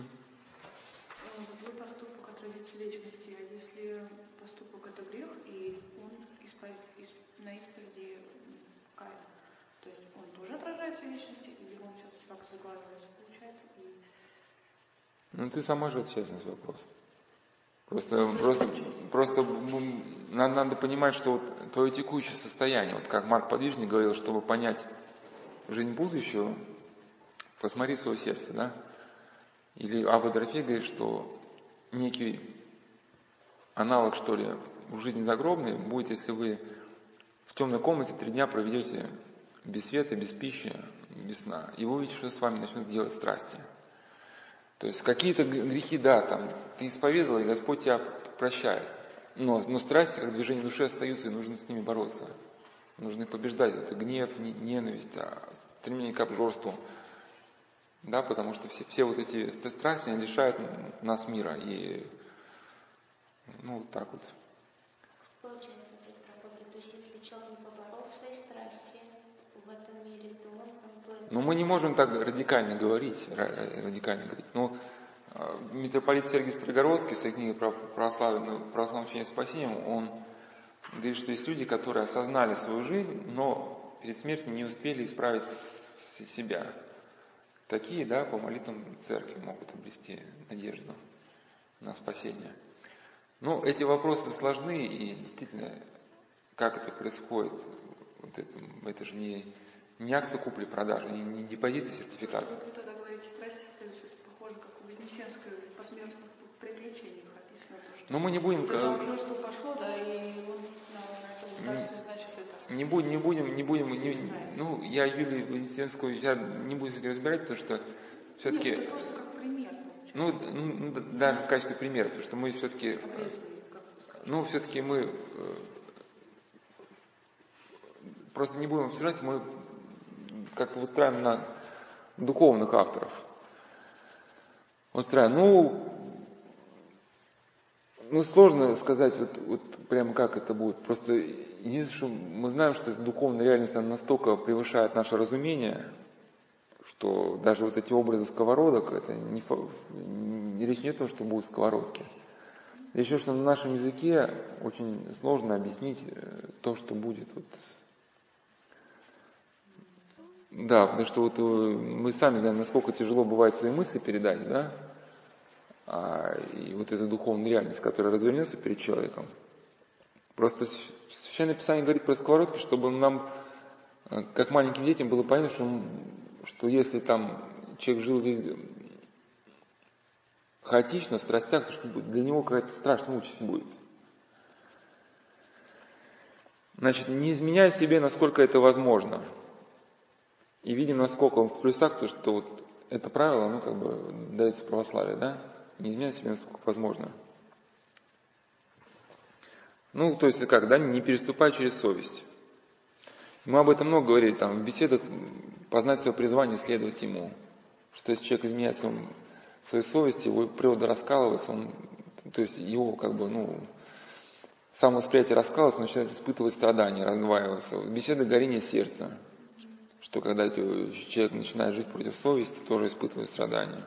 B: Любой поступок отразится в вечности. А если поступок это грех, и он испов... на исповеди кает, то есть он тоже отражается в вечности, или он все как заглаживается, получается? И...
A: Ну ты сама же отвечаешь на свой вопрос. Просто, просто, просто надо, надо понимать, что вот твое текущее состояние, вот как Марк Подвижник говорил, чтобы понять жизнь будущего, посмотри в свое сердце, да? Или Абба Дорофей говорит, что некий аналог, что ли, в жизни загробной будет, если вы в темной комнате три дня проведете без света, без пищи, без сна, и вы увидите, что с вами начнут делать страсти. То есть какие-то грехи, да, там, ты исповедовал, и Господь тебя прощает. Но, но страсти, как движение души, остаются, и нужно с ними бороться. Нужно побеждать. Это гнев, ненависть, стремление к обжорству. Да, потому что все, все вот эти страсти, они лишают нас мира. И, ну, вот так вот.
C: Получается, отец проповедует, то есть если человек не поборол свои страсти в этом мире, то он... он
A: Но мы не можем так радикально говорить, радикально говорить. Но митрополит Сергий Строгородский в своей книге про православное, православное учение спасения, он говорит, что есть люди, которые осознали свою жизнь, но перед смертью не успели исправить себя. Такие, да, по молитвам церкви могут обрести надежду на спасение. Но эти вопросы сложны, и действительно, как это происходит, вот это, это же не, не акты купли-продажи, не, не депозиты сертификата.
B: Вот вы тогда говорите, страсти остаются, это похоже, как у Вознесенской в посмертных приключениях описано. То, что
A: но мы не будем...
B: Это обжорство пошло, да, и он на этом страсти, значит, это...
A: Не будем, не будем, не будем, не, ну, я Юлию Вознесенскую, я не буду разбирать, потому что все-таки...
B: Нет, это просто как пример.
A: Ну, ну, да, в качестве примера, потому что мы все-таки... Ну, все-таки мы... Просто не будем обсуждать, мы как-то выстраиваем на духовных авторов. Выстраиваем. Ну, ну, сложно сказать, вот, вот прямо как это будет. Просто единственное, что мы знаем, что духовная реальность она настолько превышает наше разумение, что даже вот эти образы сковородок, это не, не речь не о том, что будут сковородки. Речь о том, что на нашем языке очень сложно объяснить то, что будет. Вот. Да, потому что вот мы сами знаем, насколько тяжело бывает свои мысли передать, да? А, и вот эта духовная реальность, которая развернется перед человеком. Просто Священное Писание говорит про сковородки, чтобы нам, как маленьким детям, было понятно, что, что если там человек жил здесь хаотично, в страстях, то что для него какая-то страшная участь будет. Значит, не изменяй себе, насколько это возможно. И видим, насколько он в плюсах, потому что вот это правило, оно как бы дается в православии, да? Не изменяй себе, насколько возможно. Ну, то есть как, да, не переступай через совесть. Мы об этом много говорили, там, в беседах познать свое призвание, следовать ему. Что если человек изменяет своему, своей совести, его природа раскалывается, он, то есть его как бы, ну, самовосприятие раскалывается, он начинает испытывать страдания, раздваиваться. Беседа горения сердца. Что когда человек начинает жить против совести, тоже испытывает страдания.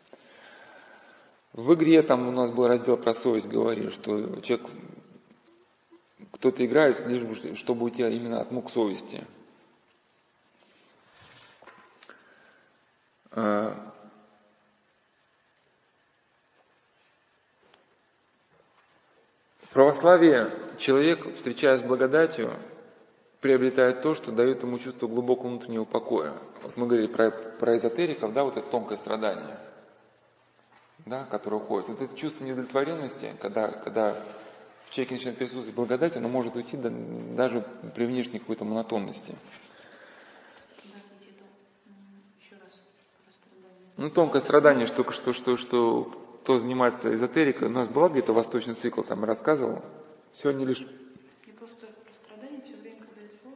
A: В игре там у нас был раздел про совесть, говорили, что человек, кто-то играет, лишь бы, чтобы уйти именно от мук совести. В православии человек, встречаясь с благодатью, приобретает то, что дает ему чувство глубокого внутреннего покоя. Вот мы говорили про, про эзотериков, да, вот это тонкое страдание, да, которое уходит. Вот это чувство неудовлетворенности, когда, когда в человеке начинает присутствовать благодать, оно может уйти до, даже при внешней какой-то монотонности. Ну, тонкое страдание, что, что, что, что кто занимается эзотерикой, у нас была где-то восточный цикл, там я рассказывал, сегодня лишь...
B: Я просто про страдания все время, когда я слово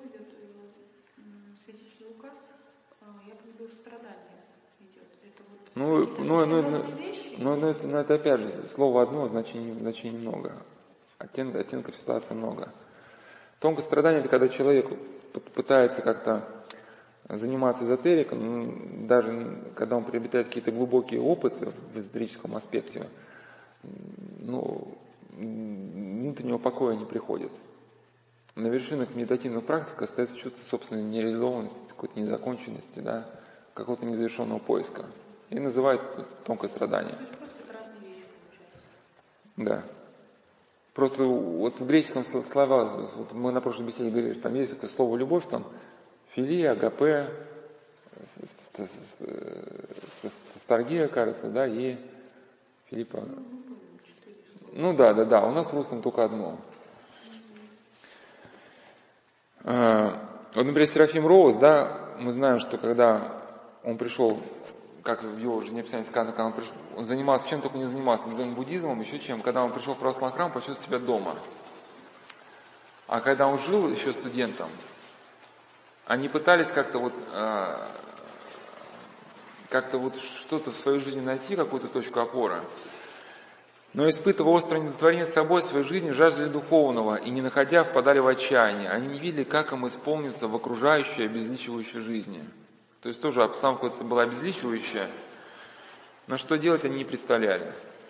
A: Ну,
B: Это
A: ну,
B: совсем
A: ну,
B: разные вещи.
A: ну, ну, это, ну, это опять же, слово одно, значение, значение много. Оттенка, оттенков ситуации много. Тонкое страдание – это когда человек пытается как-то заниматься эзотерикой, ну, даже когда он приобретает какие-то глубокие опыты в эзотерическом аспекте, ну, внутреннего покоя не приходит. На вершинах медитативных практик остается чувство собственной нереализованности, какой-то незаконченности, да, какого-то незавершенного поиска. И называют это тонкое страдание.
B: То есть просто это разные вещи получается.
A: Да. Просто вот в греческом слова, вот мы на прошлой беседе говорили, что там есть это слово «любовь», там филия, агапе, старгия, кажется, да, и Филиппа. Ну да, да, да, у нас в русском только одно. Вот, например, Серафим Роуз, да, мы знаем, что когда он пришел, как в его жизнеописании сказано, когда он пришел, он занимался, чем только не занимался, дзен-буддизмом, еще чем, когда он пришел в православный храм, почувствовал себя дома. А когда он жил еще студентом, они пытались как-то вот, как-то вот что-то в своей жизни найти, какую-то точку опоры, но, испытывая острое недовлетворение собой, своей жизни, жаждали духовного, и, не находя, впадали в отчаяние. Они не видели, как им исполниться в окружающей, обезличивающей жизни. То есть тоже обстановка это была обезличивающая, но что делать они не представляли.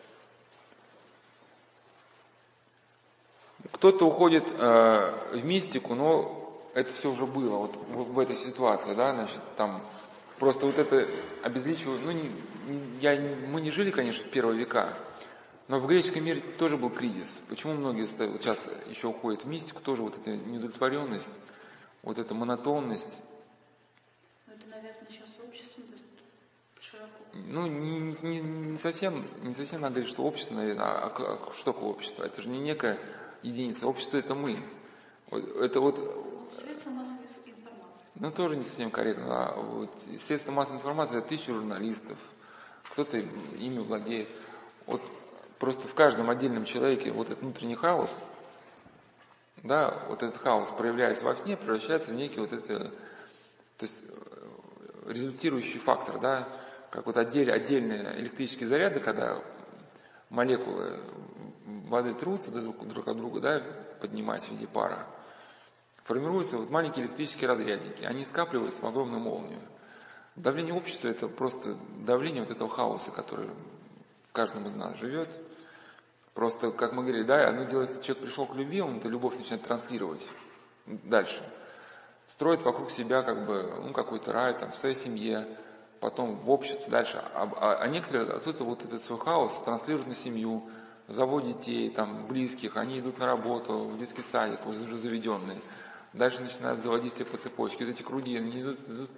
A: Кто-то уходит э, в мистику, но это все уже было вот в, в этой ситуации, да, значит, там просто вот это обезличивание, ну, не, не, я, мы не жили, конечно, в первые века, но в греческом мире тоже был кризис. Почему многие вот сейчас еще уходят в мистику, тоже вот эта неудовлетворенность, вот эта монотонность.
B: Но это навязано сейчас обществом широко.
A: Ну, не, не, не, совсем, не совсем надо говорить, что общество, наверное, а, а что такое общество? Это же не некая единица. Общество – это мы. Это вот...
B: Средства массовой информации.
A: Ну, тоже не совсем корректно. А вот средства массовой информации – это тысячи журналистов. Кто-то ими владеет. Вот просто в каждом отдельном человеке вот этот внутренний хаос, да, вот этот хаос, проявляясь во сне, превращается в некий вот это, то есть результирующий фактор, да, как вот отдель, отдельные электрические заряды, когда молекулы воды трутся друг, друг от друга, да, поднимаясь в виде пара, формируются вот маленькие электрические разрядники, они скапливаются в огромную молнию. Давление общества – это просто давление вот этого хаоса, который в каждом из нас живет. Просто, как мы говорили, да, одно дело, если человек пришел к любви, он эту любовь начинает транслировать дальше. Строит вокруг себя как бы, ну, какой-то рай там, в своей семье, потом в обществе дальше. А, а, а некоторые оттуда вот этот свой хаос транслируют на семью, заводят детей, там, близких, они идут на работу, в детский садик, уже заведенные. Дальше начинают заводить себя по цепочке. Вот эти круги, они идут, идут.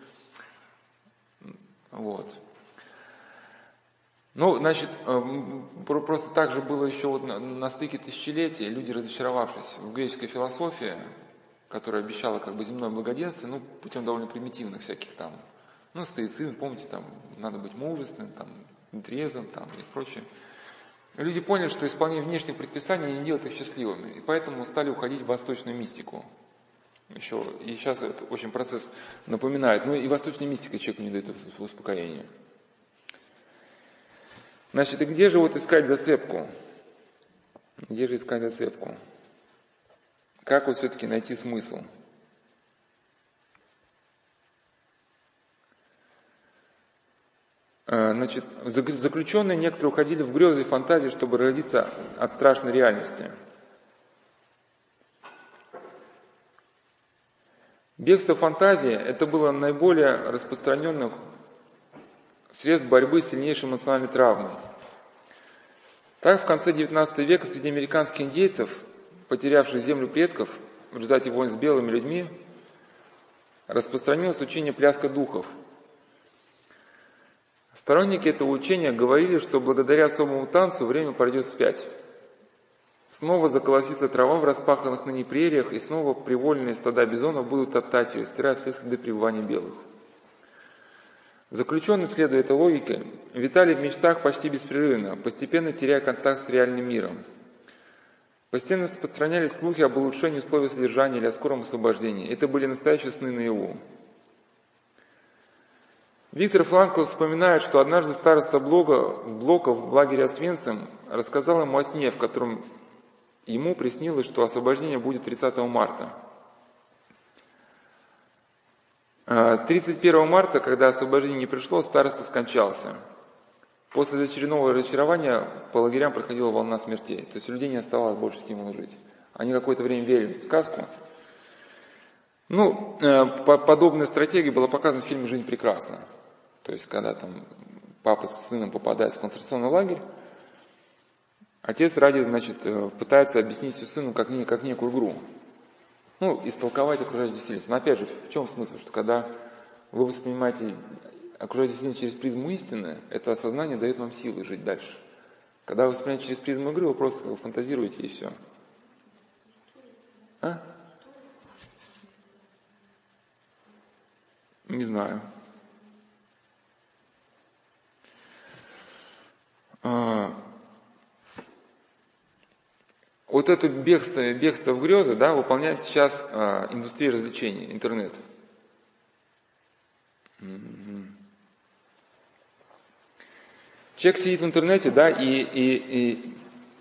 A: Вот. Ну, значит, просто так же было еще вот на, на стыке тысячелетий, люди, разочаровавшись в греческой философии, которая обещала как бы земное благоденствие, ну, путем довольно примитивных всяких там, ну, стоицизм, помните, там, надо быть мужественным, там, трезвым, там, и прочее. Люди поняли, что исполнение внешних предписаний не делает их счастливыми, и поэтому стали уходить в восточную мистику. Еще, и сейчас это очень процесс напоминает, ну, и восточная мистика человеку не дает успокоения. Значит, и где же вот искать зацепку? Где же искать зацепку? Как вот все-таки найти смысл? Значит, заключенные некоторые уходили в грезы и фантазии, чтобы родиться от страшной реальности. Бегство фантазии – это было наиболее распространенным средств борьбы с сильнейшей эмоциональной травмой. Так, в конце девятнадцатого века среди американских индейцев, потерявших землю предков в результате войн с белыми людьми, распространилось учение пляска духов. Сторонники этого учения говорили, что благодаря особому танцу время пройдет вспять. Снова заколосится трава в распаханных ныне прериях, и снова привольные стада бизонов будут топтать ее, стирая все следы пребывания белых. Заключенные, следуя этой логике, витали в мечтах почти беспрерывно, постепенно теряя контакт с реальным миром. Постепенно распространялись слухи об улучшении условий содержания или о скором освобождении. Это были настоящие сны наяву. Виктор Франкл вспоминает, что однажды староста блока, блока в лагере Освенцим рассказал ему о сне, в котором ему приснилось, что освобождение будет тридцатого марта. тридцать первого марта, когда освобождение не пришло, староста скончался. После очередного разочарования по лагерям проходила волна смертей. То есть у людей не оставалось больше стимула жить. Они какое-то время верили в сказку. Ну, подобная стратегия была показана в фильме «Жизнь прекрасна». То есть, когда там папа с сыном попадает в концентрационный лагерь, отец ради, значит, пытается объяснить сыну как, не, как некую игру. Ну, истолковать окружающую действительность. Но опять же, в чем смысл? Что когда вы воспринимаете окружающую действительность через призму истины, это осознание дает вам силы жить дальше. Когда вы воспринимаете через призму игры, вы просто как бы фантазируете и все. А? Не знаю. А, вот это бегство, бегство в грезы, да, выполняет сейчас а, индустрия развлечений, интернет. Mm-hmm. Человек сидит в интернете, да, и, и, и,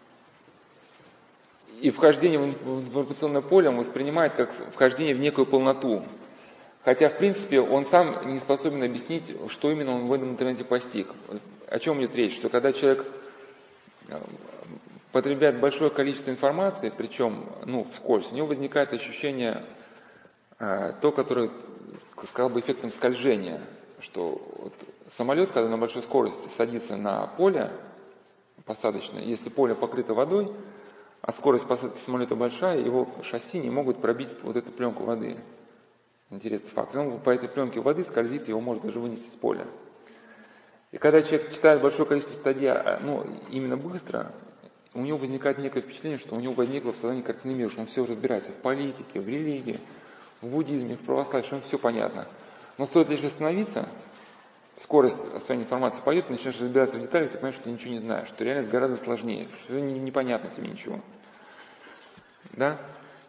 A: и вхождение в информационное поле он воспринимает как вхождение в некую полноту. Хотя, в принципе, он сам не способен объяснить, что именно он в этом интернете постиг. О чем идет речь? Что когда человек потребляет большое количество информации, причем, ну, вскользь, у него возникает ощущение, э, то, которое, сказал бы, эффектом скольжения, что вот самолет, когда на большой скорости садится на поле посадочное, если поле покрыто водой, а скорость посадки самолета большая, его шасси не могут пробить вот эту пленку воды. Интересный факт. Он по этой пленке воды скользит, его может даже вынести с поля. И когда человек читает большое количество статей, ну, именно быстро, у него возникает некое впечатление, что у него возникла в сознании картина мира, что он все разбирается в политике, в религии, в буддизме, в православии, что ему все понятно. Но стоит лишь остановиться, скорость освоения информации пойдет, ты начнешь разбираться в деталях, ты понимаешь, что ты ничего не знаешь, что реальность гораздо сложнее, что непонятно тебе ничего. Да?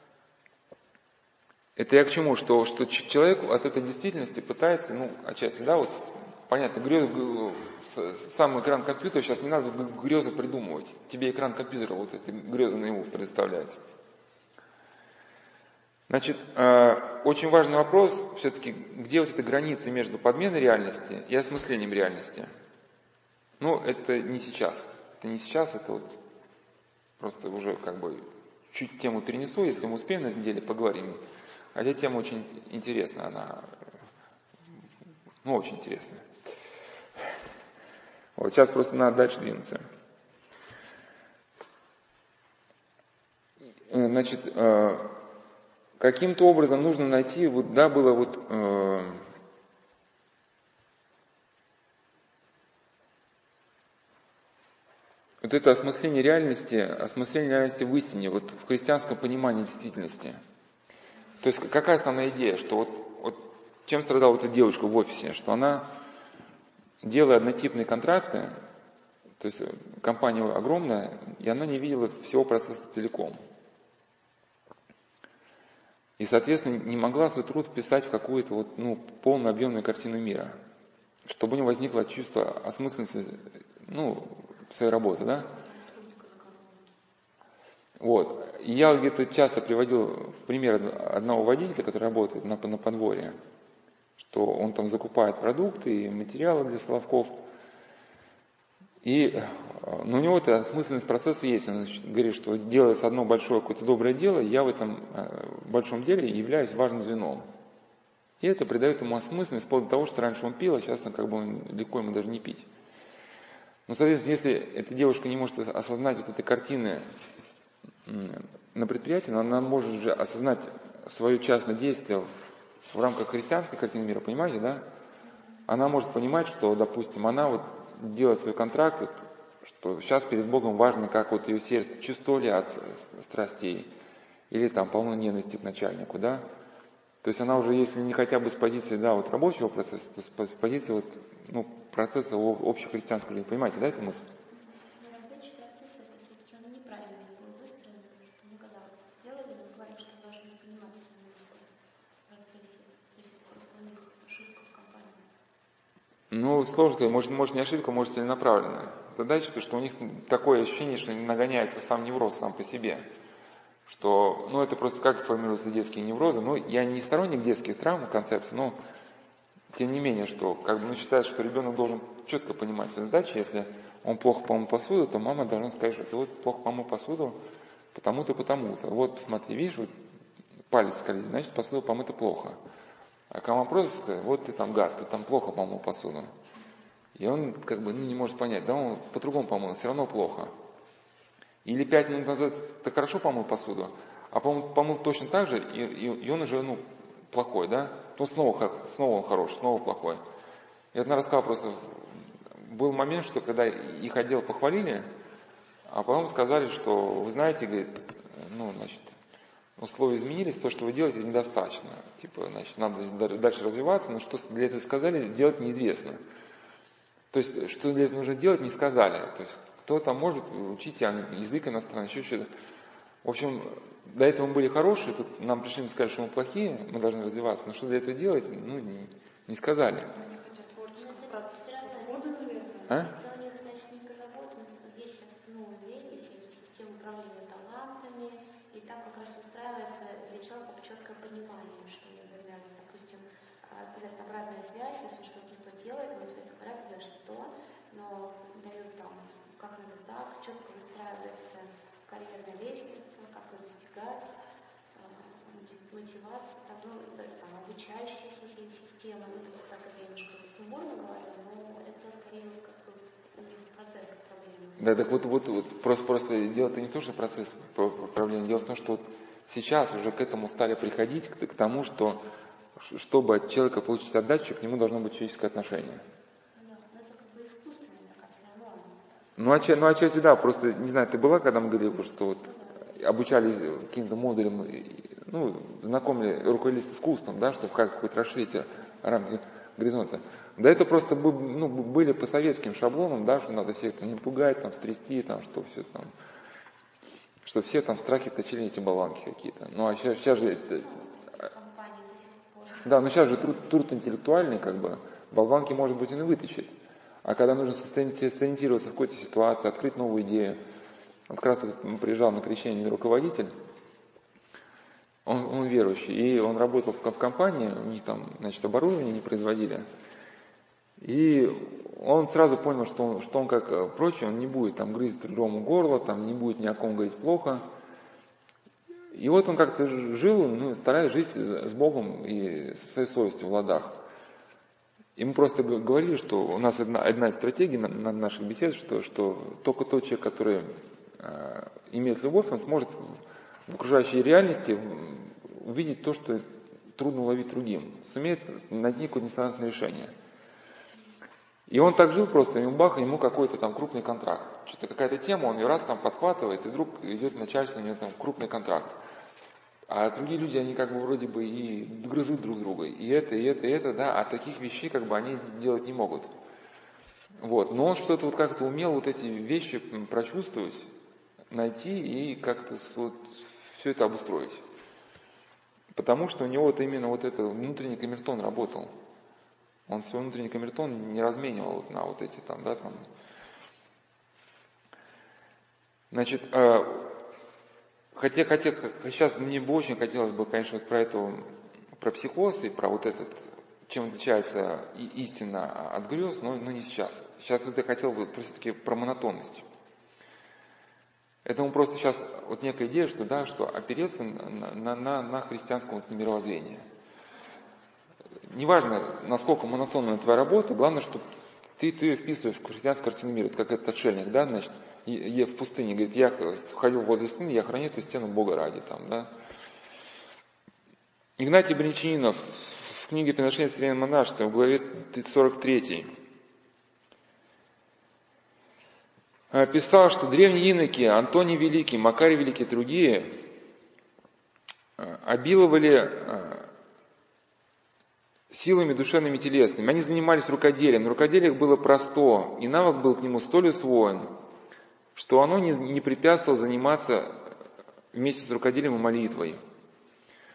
A: Это я к чему? Что, что человек от этой действительности пытается, ну, отчасти, да, вот, понятно, грезы, сам экран компьютера, сейчас не надо грезы придумывать. Тебе экран компьютера вот эти грезы наяву представляет. Значит, очень важный вопрос все-таки, где вот эта граница между подменой реальности и осмыслением реальности. Ну, это не сейчас. Это не сейчас, это вот просто уже как бы чуть тему перенесу, если мы успеем на этой неделе, поговорим. Хотя тема очень интересная, она, ну, очень интересная. Вот сейчас просто надо дальше двинуться. Значит, каким-то образом нужно найти, вот, да, было вот э, вот это осмысление реальности, осмысление реальности в истине, вот в христианском понимании действительности. То есть какая основная идея, что вот, вот чем страдала эта девушка в офисе, что она, делая однотипные контракты, то есть компания огромная, и она не видела всего процесса целиком. И, соответственно, не могла свой труд вписать в какую-то вот, ну, полную объемную картину мира, чтобы у нее возникло чувство осмысленности, ну, своей работы, да? Вот. И я где-то часто приводил в пример одного водителя, который работает на, на подворье, что он там закупает продукты и материалы для Соловков. И, но у него это осмысленность процесса есть. Он говорит, что делая одно большое какое-то доброе дело, я в этом большом деле являюсь важным звеном. И это придает ему осмысленность, вплоть до того, что раньше он пил, а сейчас он как бы он, легко ему даже не пить. Но, соответственно, если эта девушка не может осознать вот этой картины на предприятии, но она может же осознать свое частное действие в, в рамках христианской картины мира, понимаете, да? Она может понимать, что, допустим, она вот делает свой контракт, что сейчас перед Богом важно, как вот ее сердце, чисто ли от страстей, или там полно ненависти к начальнику, да? То есть она уже, если не хотя бы с позиции, да, вот рабочего процесса, то с позиции вот, ну, процесса общехристианского жизни, понимаете, да, эту мысль?
C: Рабочий процесс это все-таки он неправильно был выстроен, потому что мы когда делали, мы говорили, что должны понимать свои мысли в процессе. То есть это просто у них ошибка в компании.
A: Ну, сложно сказать, может, может не ошибка, может целенаправленная задача, потому что у них такое ощущение, что нагоняется сам невроз сам по себе. Что, ну, это просто как формируются детские неврозы. Ну, я не сторонник детских травм, концепции, но тем не менее, что как бы ну, считается, что ребенок должен четко понимать свою задачу. Если он плохо помыл посуду, то мама должна сказать, что ты вот плохо помыл посуду, потому-то, потому-то. Вот, посмотри, видишь, вот палец скользит, значит, посуду помыта плохо. А когда мама просто сказать, вот ты там гад, ты там плохо помыл посуду. И он как бы ну, не может понять, да он по-другому помыл, все равно плохо. Или пять минут назад ты хорошо помыл посуду, а помыл, помыл точно так же, и, и, и он уже ну, плохой, да? Ну снова, снова он хороший, снова плохой. И одна рассказала просто, был момент, что когда их отдел похвалили, а потом сказали, что вы знаете, говорит, ну, значит, условия изменились, то, что вы делаете, недостаточно. Типа, значит, надо дальше развиваться, но что для этого сказали, делать неизвестно. То есть, что для этого нужно делать, не сказали. То есть, кто-то может учить язык иностранный, еще что-то. В общем, до этого мы были хорошие, тут нам пришли сказать, что мы плохие, мы должны развиваться, но что для этого делать, ну, не, не сказали. А?
C: Обратная связь, если что-то кто делает, он обязательно говорят, за что, но дают там, как надо так, четко выстраивается карьерная лестница, как ее достигать, мотивация, там, ну, там, обучающаяся система, ну, так как я немножко сумбурно говорю, но это скорее вот как бы у них процесс проблемы.
A: Да, так вот, вот, вот просто, просто дело-то не то, что процесс проблемы, дело в том, что вот сейчас уже к этому стали приходить, к, к тому, что чтобы от человека получить отдачу, к нему должно быть человеческое отношение.
C: Да, но это как бы искусственно, так все равно.
A: Ну, отчасти, ну, отчасти да, просто, не знаю, ты была, когда мы говорили, что вот обучали каким-то модулям, ну, знакомили, руководили с искусством, да, чтобы как хоть расширить рамки горизонта. Да это просто ну, были по советским шаблонам, да, что надо всех там не пугать, там, стрясти, там, что все там, что все там в страхе точили эти болванки какие-то. Ну, а сейчас, сейчас же это... Да, но сейчас же труд, труд интеллектуальный, как бы, болванки, может быть, и не вытащит. А когда нужно сориентироваться в какой-то ситуации, открыть новую идею. Вот как раз вот приезжал на крещение руководитель, он, он верующий, и он работал в, в компании, у них там, значит, оборудование не производили. И он сразу понял, что он, что он как прочие, он не будет там грызть другому горло, там не будет ни о ком говорить плохо. И вот он как-то жил, ну, стараясь жить с Богом и со своей совестью в ладах. И мы просто говорили, что у нас одна, одна из стратегий на, на наших беседах, что, что только тот человек, который э, имеет любовь, он сможет в, в окружающей реальности увидеть то, что трудно уловить другим, сумеет найти какое-то нестандартное решение. И он так жил просто, ему бах, ему какой-то там крупный контракт. Что-то какая-то тема, он ее раз там подхватывает, и вдруг идет начальство, у него там крупный контракт. А другие люди, они как бы вроде бы и грызут друг друга. И это, и это, и это, да, а таких вещей как бы они делать не могут. Вот. Но он что-то вот как-то умел вот эти вещи прочувствовать, найти и как-то вот все это обустроить. Потому что у него вот именно вот этот внутренний камертон работал. Он свой внутренний камертон не разменивал вот на вот эти там, да, там. Значит, э, хотя, хотя сейчас мне бы очень хотелось бы, конечно, вот про эту, про психоз и про вот этот, чем отличается истина от грез, но, но не сейчас. Сейчас вот я хотел бы все-таки про монотонность. Это мы просто сейчас вот некая идея, что да, что опереться на, на, на, на христианском вот мировоззрении. Неважно, насколько монотонная твоя работа, главное, что ты, ты ее вписываешь в христианскую картину мира. Это как этот отшельник, да, значит, я в пустыне, говорит, я ходил возле стены, я храню эту стену Бога ради, там, да. Игнатий Бринчанинов в книге «Приношение современного монашества» в главе сорок три писал, что древние иноки, Антоний Великий, Макарий Великий и другие обиловали силами душевными и телесными. Они занимались рукоделием. Рукоделие их было просто, и навык был к нему столь усвоен, что оно не, не препятствовало заниматься вместе с рукоделием и молитвой.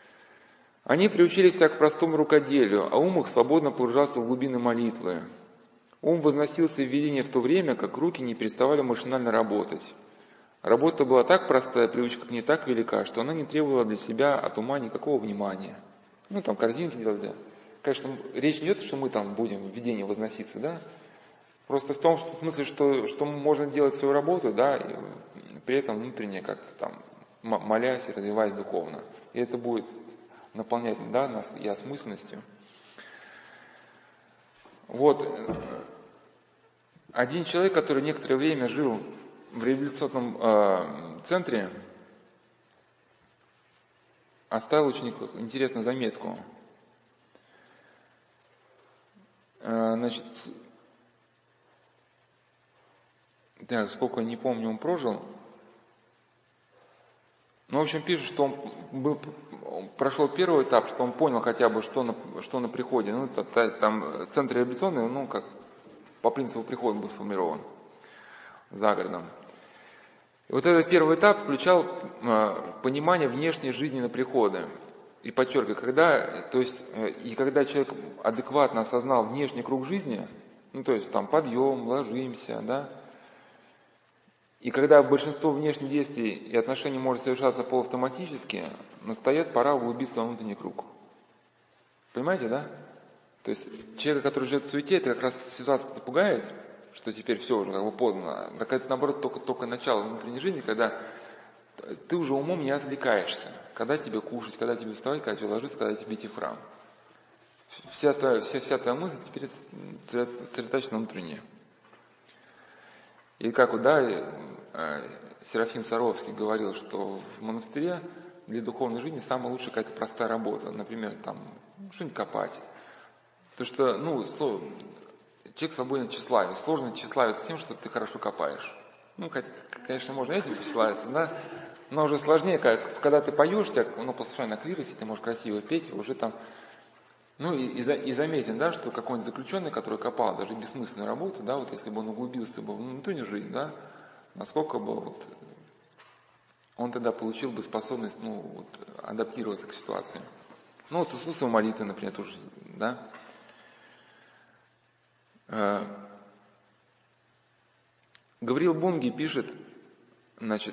A: Они приучились к простому рукоделию, а ум их свободно погружался в глубины молитвы. Ум возносился в видение в то время, как руки не переставали машинально работать. Работа была так простая, привычка к ней так велика, что она не требовала для себя от ума никакого внимания. Ну, там картинки делать, да. Конечно, речь не идет, что мы там будем в видение возноситься, да. Просто в том что, в смысле, что, что можно делать свою работу, да, и при этом внутренне как-то там молясь и развиваясь духовно. И это будет наполнять, да, нас и осмысленностью. Вот. Один человек, который некоторое время жил в реабилитационном э, центре, оставил очень интересную заметку. Э, значит, так, сколько, не помню, он прожил. Ну, в общем, пишет, что он был, прошел первый этап, что он понял хотя бы, что на, что на приходе. Ну, там центр реабилитационный, ну, как по принципу прихода был сформирован за городом. И вот этот первый этап включал э, понимание внешней жизни на приходы. И подчеркиваю, когда, то есть, э, и когда человек адекватно осознал внешний круг жизни, ну, то есть там подъем, ложимся, да, и когда большинство внешних действий и отношений может совершаться полуавтоматически, настает пора углубиться во внутренний круг. Понимаете, да? То есть человека, который живет в суете, это как раз ситуация пугает, что теперь все уже как бы поздно. Так это наоборот только, только начало внутренней жизни, когда ты уже умом не отвлекаешься. Когда тебе кушать, когда тебе вставать, когда тебе ложиться, когда тебе идти в храм. Вся твоя, вся, вся твоя мысль теперь сосредоточена внутренне. И как вот, да, Серафим Саровский говорил, что в монастыре для духовной жизни самая лучшая какая-то простая работа. Например, там что-нибудь копать. То что, ну, человек свободен в тщеславии. Сложно тщеславиться тем, что ты хорошо копаешь. Ну, конечно, можно этим тщеславиться, да, но уже сложнее, как, когда ты поешь, тебя, ну, послушай на клиросе, ты можешь красиво петь, уже там. Ну и, и, и заметим, да, что какой-нибудь заключенный, который копал даже бессмысленную работу, да, вот если бы он углубился бы в внутреннюю жизнь, да, насколько бы вот он тогда получил бы способность, ну, вот, адаптироваться к ситуации. Ну вот с искусством молитвы, например, тоже, да. Гавриил Бунги пишет, значит,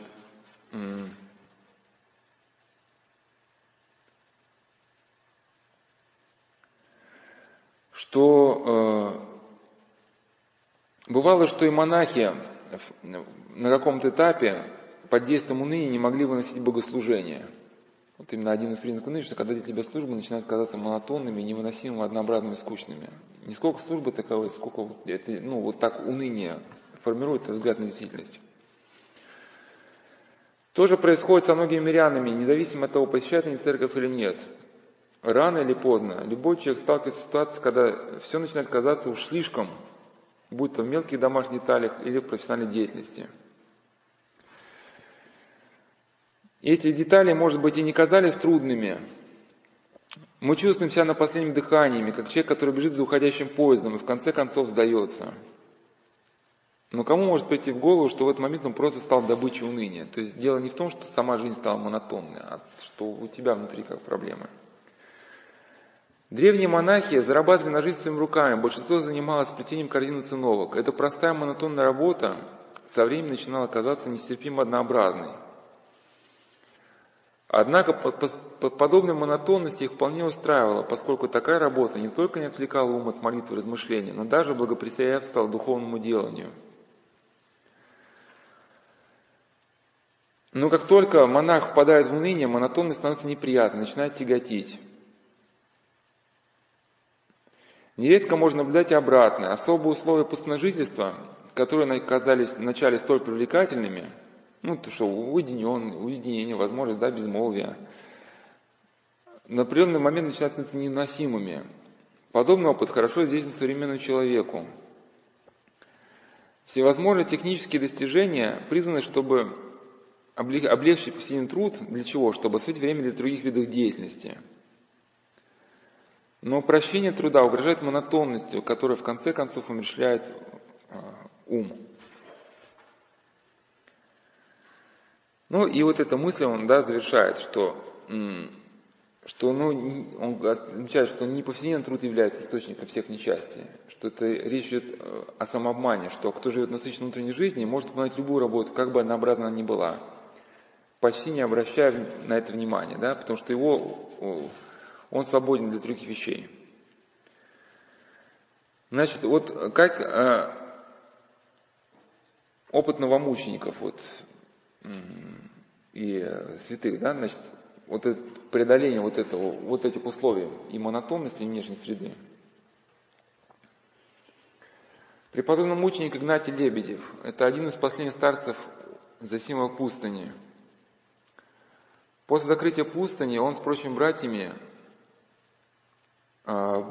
A: что э, бывало, что и монахи на каком-то этапе под действием уныния не могли выносить богослужение. Вот именно один из признаков уныния, что когда для тебя службы начинают казаться монотонными, невыносимыми, однообразными, скучными. Не сколько службы таковой, сколько это, ну, вот так уныние формирует взгляд на действительность. То же происходит со многими мирянами, независимо от того, посещают они церковь или нет. Рано или поздно любой человек сталкивается с ситуацией, когда все начинает казаться уж слишком, будь то в мелких домашних деталях или в профессиональной деятельности. И эти детали, может быть, и не казались трудными. Мы чувствуем себя на последнем дыхании, как человек, который бежит за уходящим поездом и в конце концов сдается. Но кому может прийти в голову, что в этот момент он просто стал добычей уныния? То есть дело не в том, что сама жизнь стала монотонной, а что у тебя внутри как проблемы. Древние монахи зарабатывали на жизнь своими руками, большинство занималось плетением корзин и циновок. Эта простая монотонная работа со временем начинала казаться нестерпимо однообразной. Однако подобная монотонность их вполне устраивала, поскольку такая работа не только не отвлекала ум от молитвы и размышления, но даже благоприятствовала духовному деланию. Но как только монах впадает в уныние, монотонность становится неприятной, начинает тяготить. Нередко можно наблюдать и обратное. Особые условия пустыножительства, которые казались вначале столь привлекательными, ну, то что уединение, уединение, возможность, да, безмолвия, на определенный момент начинают становиться невыносимыми. Подобный опыт хорошо известен современному человеку. Всевозможные технические достижения призваны, чтобы облегчить повседневный труд. Для чего? Чтобы освободить время для других видов деятельности. Но упрощение труда угрожает монотонностью, которая в конце концов умерщвляет э, ум. Ну и вот эта мысль он, да, завершает, что м- что ну, он отмечает, что не повседневный труд является источником всех несчастий, что это речь идет о самообмане, что кто живет насыщенной внутренней жизнью, может выполнять любую работу, как бы однообразна она ни была, почти не обращая на это внимания, да, потому что его, он свободен для других вещей. Значит, вот как э, опыт новомучеников вот, и святых, да, значит, вот это преодоление вот этого, вот этих условий и монотонности, и внешней среды. Преподобный мученик Игнатий Лебедев – это один из последних старцев Зосимовой пустыни. После закрытия пустыни он с прочими братьями э,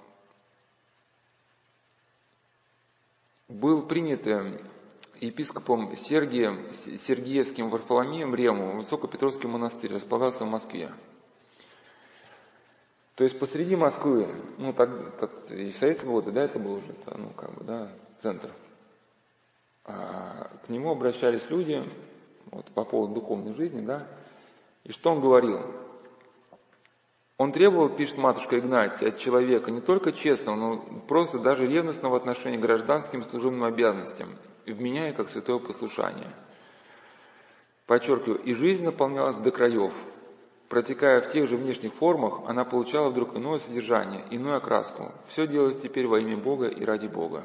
A: был принят епископом Сергием, Сергиевским Варфоломеем Рему в Высокопетровский монастырь, располагался в Москве. То есть посреди Москвы, ну так, так и в советские годы, да, это был уже, ну как бы, да, центр. А к нему обращались люди, вот по поводу духовной жизни, да, и что он говорил? Он требовал, пишет матушка Игнатия, от человека не только честного, но просто даже ревностного отношения к гражданским служебным обязанностям, вменяя как святое послушание. Подчеркиваю, и жизнь наполнялась до краев. Протекая в тех же внешних формах, она получала вдруг иное содержание, иную окраску. Все делалось теперь во имя Бога и ради Бога.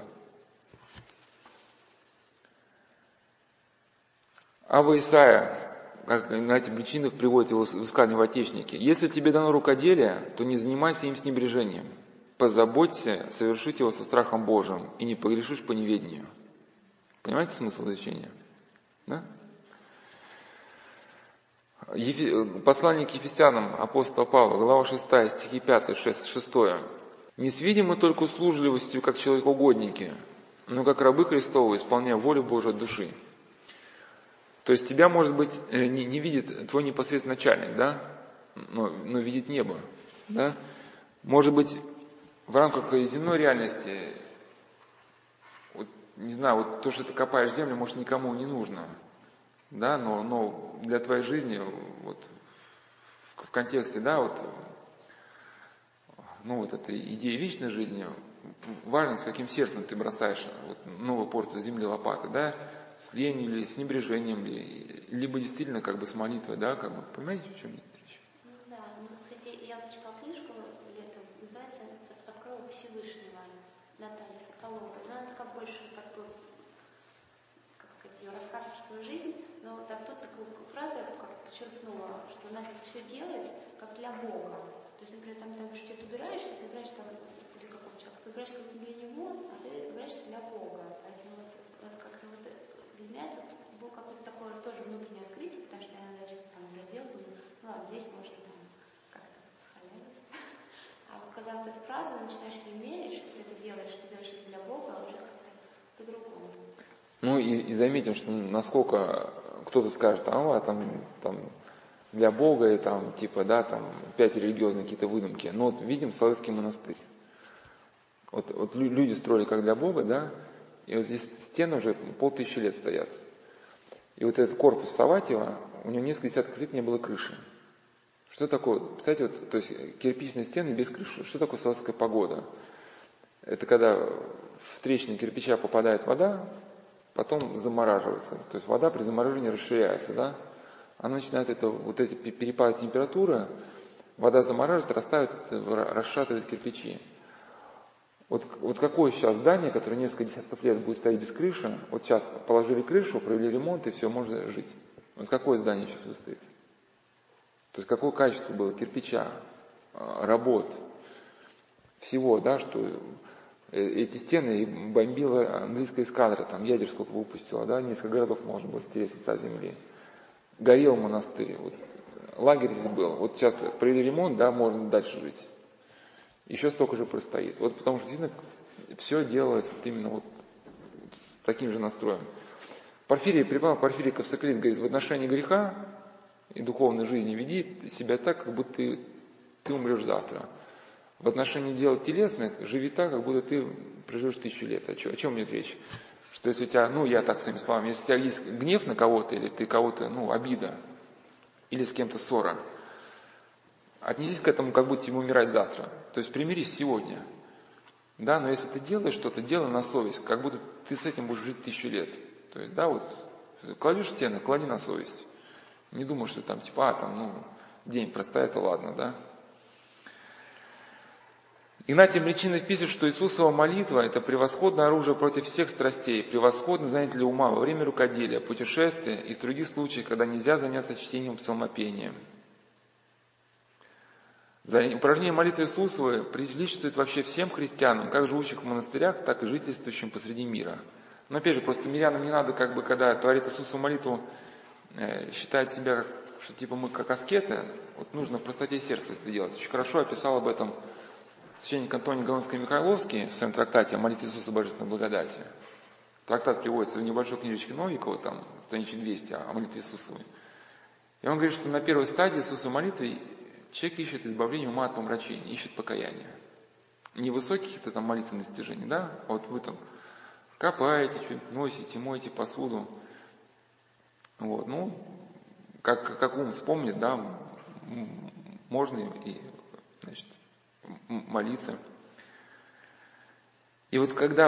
A: Ава Исаия, как Игнатий Бричинов приводит его высказывание в Отечнике: «Если тебе дано рукоделие, то не занимайся им с небрежением. Позаботься совершить его со страхом Божиим, и не погрешишь по неведению». Понимаете смысл изречения? Да? Послание к Ефесянам апостола Павла, глава шестая, стихи пятый, шесть, шесть. «Не с видимой только услужливостью, как человекоугодники, но как рабы Христовы, исполняя волю Божию от души». То есть тебя, может быть, не, не видит твой непосредственный начальник, да, но, но видит небо, да. Может быть, в рамках земной реальности, вот, не знаю, вот то, что ты копаешь землю, может, никому не нужно, да, но, но для твоей жизни, вот, в, в контексте, да, вот, ну, вот этой идеи вечной жизни, важно, с каким сердцем ты бросаешь вот, новую порцию земли лопаты, да, с ленью ли, с небрежением ли, либо действительно как бы с молитвой, да, как бы, понимаете, в чем речь?
C: Да, ну, кстати, я прочитала книжку летом, называется «От крова Всевышнего» Натальи Соколовой. Но она такая больше, как бы, как сказать, ее рассказ про свою жизнь, но так тут такую фразу я как-то подчеркнула, что надо все делать как для Бога. То есть, например, там, там что ты убираешься, ты убираешься там для какого человека, ты убираешься как для него, а ты убираешься для Бога. Поэтому вот, вот как-то вот для меня это было какое-то такое тоже внутреннее открытие, потому что я иногда что-то там глядела, думаю, ну ладно, здесь можно там как-то схалявить. А вот когда вот эту фразу начинаешь не мерить, что ты это делаешь, что ты делаешь это для Бога, уже как-то по-другому.
A: Ну и, и заметим, что насколько кто-то скажет, а, там, там для Бога и там, типа, да, там, опять религиозные какие-то выдумки. Но вот видим Соловецкий монастырь. Вот, вот люди строили как для Бога, да, и вот здесь стены уже полтысячи лет стоят. И вот этот корпус Саватьева, у него несколько десятков лет не было крыши. Что такое? Представляете, вот, то есть кирпичные стены без крыши. Что такое соловецкая погода? Это когда в трещины кирпича попадает вода, потом замораживается. То есть вода при замораживании расширяется, да? Она начинает это, вот эти перепады температуры, вода замораживается, растает, расшатывает кирпичи. Вот, вот какое сейчас здание, которое несколько десятков лет будет стоять без крыши, вот сейчас положили крышу, провели ремонт, и все, можно жить. Вот какое здание сейчас выстоит? То есть какое качество было кирпича, работ, всего, да, что эти стены бомбила английская эскадра, там ядер сколько выпустила, да, несколько городов можно было стереть с лица земли. Горел монастырь, вот, лагерь здесь был. Вот сейчас провели ремонт, да, можно дальше жить. Еще столько же простоит. Вот потому что действительно все делалось вот именно вот с таким же настроем. Порфирий, преподобный Порфирий Ковсоклин говорит, в отношении греха и духовной жизни веди себя так, как будто ты, ты умрешь завтра. В отношении дел телесных живи так, как будто ты проживешь тысячу лет. О чем, о чем идет речь? Что если у тебя, ну я так своими словами, если у тебя есть гнев на кого-то, или ты кого-то, ну обида, или с кем-то ссора, отнесись к этому, как будто тебе умирать завтра. То есть примирись сегодня. Да, но если ты делаешь что-то, делай на совесть, как будто ты с этим будешь жить тысячу лет. То есть, да, вот, кладешь стены, клади на совесть. Не думай, что там, типа, а, там, ну, день простоит, ладно, да. Игнатий Млечинов пишет, что Иисусова молитва – это превосходное оружие против всех страстей, превосходный занятие для ума во время рукоделия, путешествия и в других случаях, когда нельзя заняться чтением псалмопения. Упражнение молитвы Иисусовой приличествует вообще всем христианам, как живущих в монастырях, так и жительствующим посреди мира. Но опять же, просто мирянам не надо, как бы, когда творит Иисусову молитву, э, считать себя, что типа мы как аскеты. Вот нужно в простоте сердца это делать. Очень хорошо описал об этом священник Антоний Галанский-Михайловский в своем трактате о молитве Иисуса Божественной благодати. Трактат приводится в небольшой книжечке Новикова, там, странице двести, о молитве Иисусовой. И он говорит, что на первой стадии Иисусовой молитвы человек ищет избавление ума от помрачения, ищет покаяния. Не высоких это там молитвенных достижений, да? А вот вы там копаете, что-нибудь носите, моете посуду. Вот, ну, как, как ум вспомнит, да, можно и, значит, молиться. И вот когда,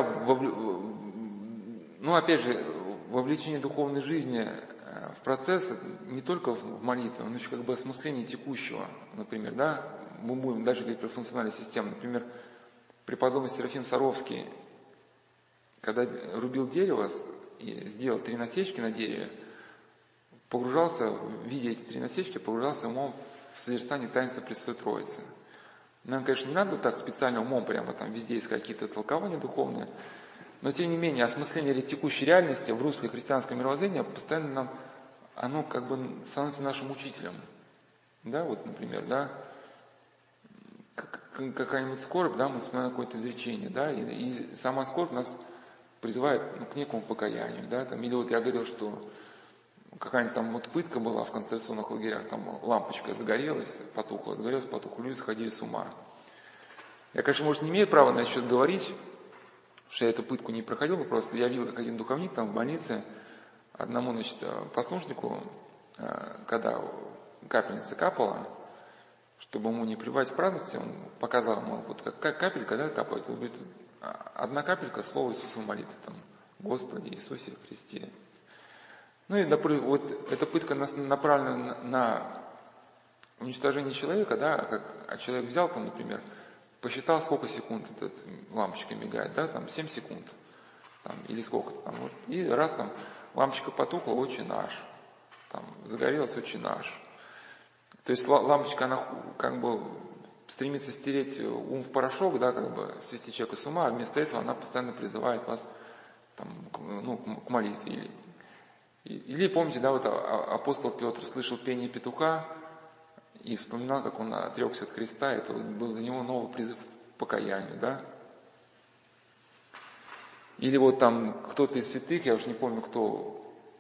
A: ну, опять же, вовлечение духовной жизни в процесс не только в молитве, но еще как бы осмысление текущего, например, да, мы будем даже говорить про функциональную систему. Например, преподобный Серафим Саровский, когда рубил дерево и сделал три насечки на дереве, погружался, видя эти три насечки, погружался умом в созерцание таинства Пресвятой Троицы. Нам, конечно, не надо так специально умом прямо там везде искать какие-то толкования духовные, но тем не менее осмысление текущей реальности в русле христианского мировоззрения постоянно нам, оно как бы становится нашим учителем. Да, вот, например, да, какая-нибудь скорбь, да, мы вспоминаем какое-то изречение, да, и, и сама скорбь нас призывает, ну, к некому покаянию, да, там, или вот я говорил, что какая-нибудь там вот пытка была в концентрационных лагерях, там лампочка загорелась, потухла, загорелась, потухла, люди сходили с ума. Я, конечно, может, не имею права на этот счет говорить, что я эту пытку не проходил, но просто я видел, как один духовник там в больнице одному, значит, послушнику, когда капельница капала, чтобы ему не плевать в праздности, он показал ему, вот как капелька, да, капает. Он говорит, одна капелька, слово Иисуса молитвы, там, Господи Иисусе Христе. Ну и, например, вот эта пытка направлена на уничтожение человека, да, как, а человек взял там, например, посчитал, сколько секунд эта лампочка мигает, да, там семь секунд, там, или сколько-то там, вот, и раз там лампочка потухла, Отче наш, там, загорелась Отче наш. То есть лампочка, она как бы стремится стереть ум в порошок, да, как бы свести человека с ума, а вместо этого она постоянно призывает вас там, ну, к молитве. Или, или помните, да, вот апостол Петр слышал пение петуха и вспоминал, как он отрекся от Христа, это был для него новый призыв к покаянию, да. Или вот там кто-то из святых, я уж не помню кто,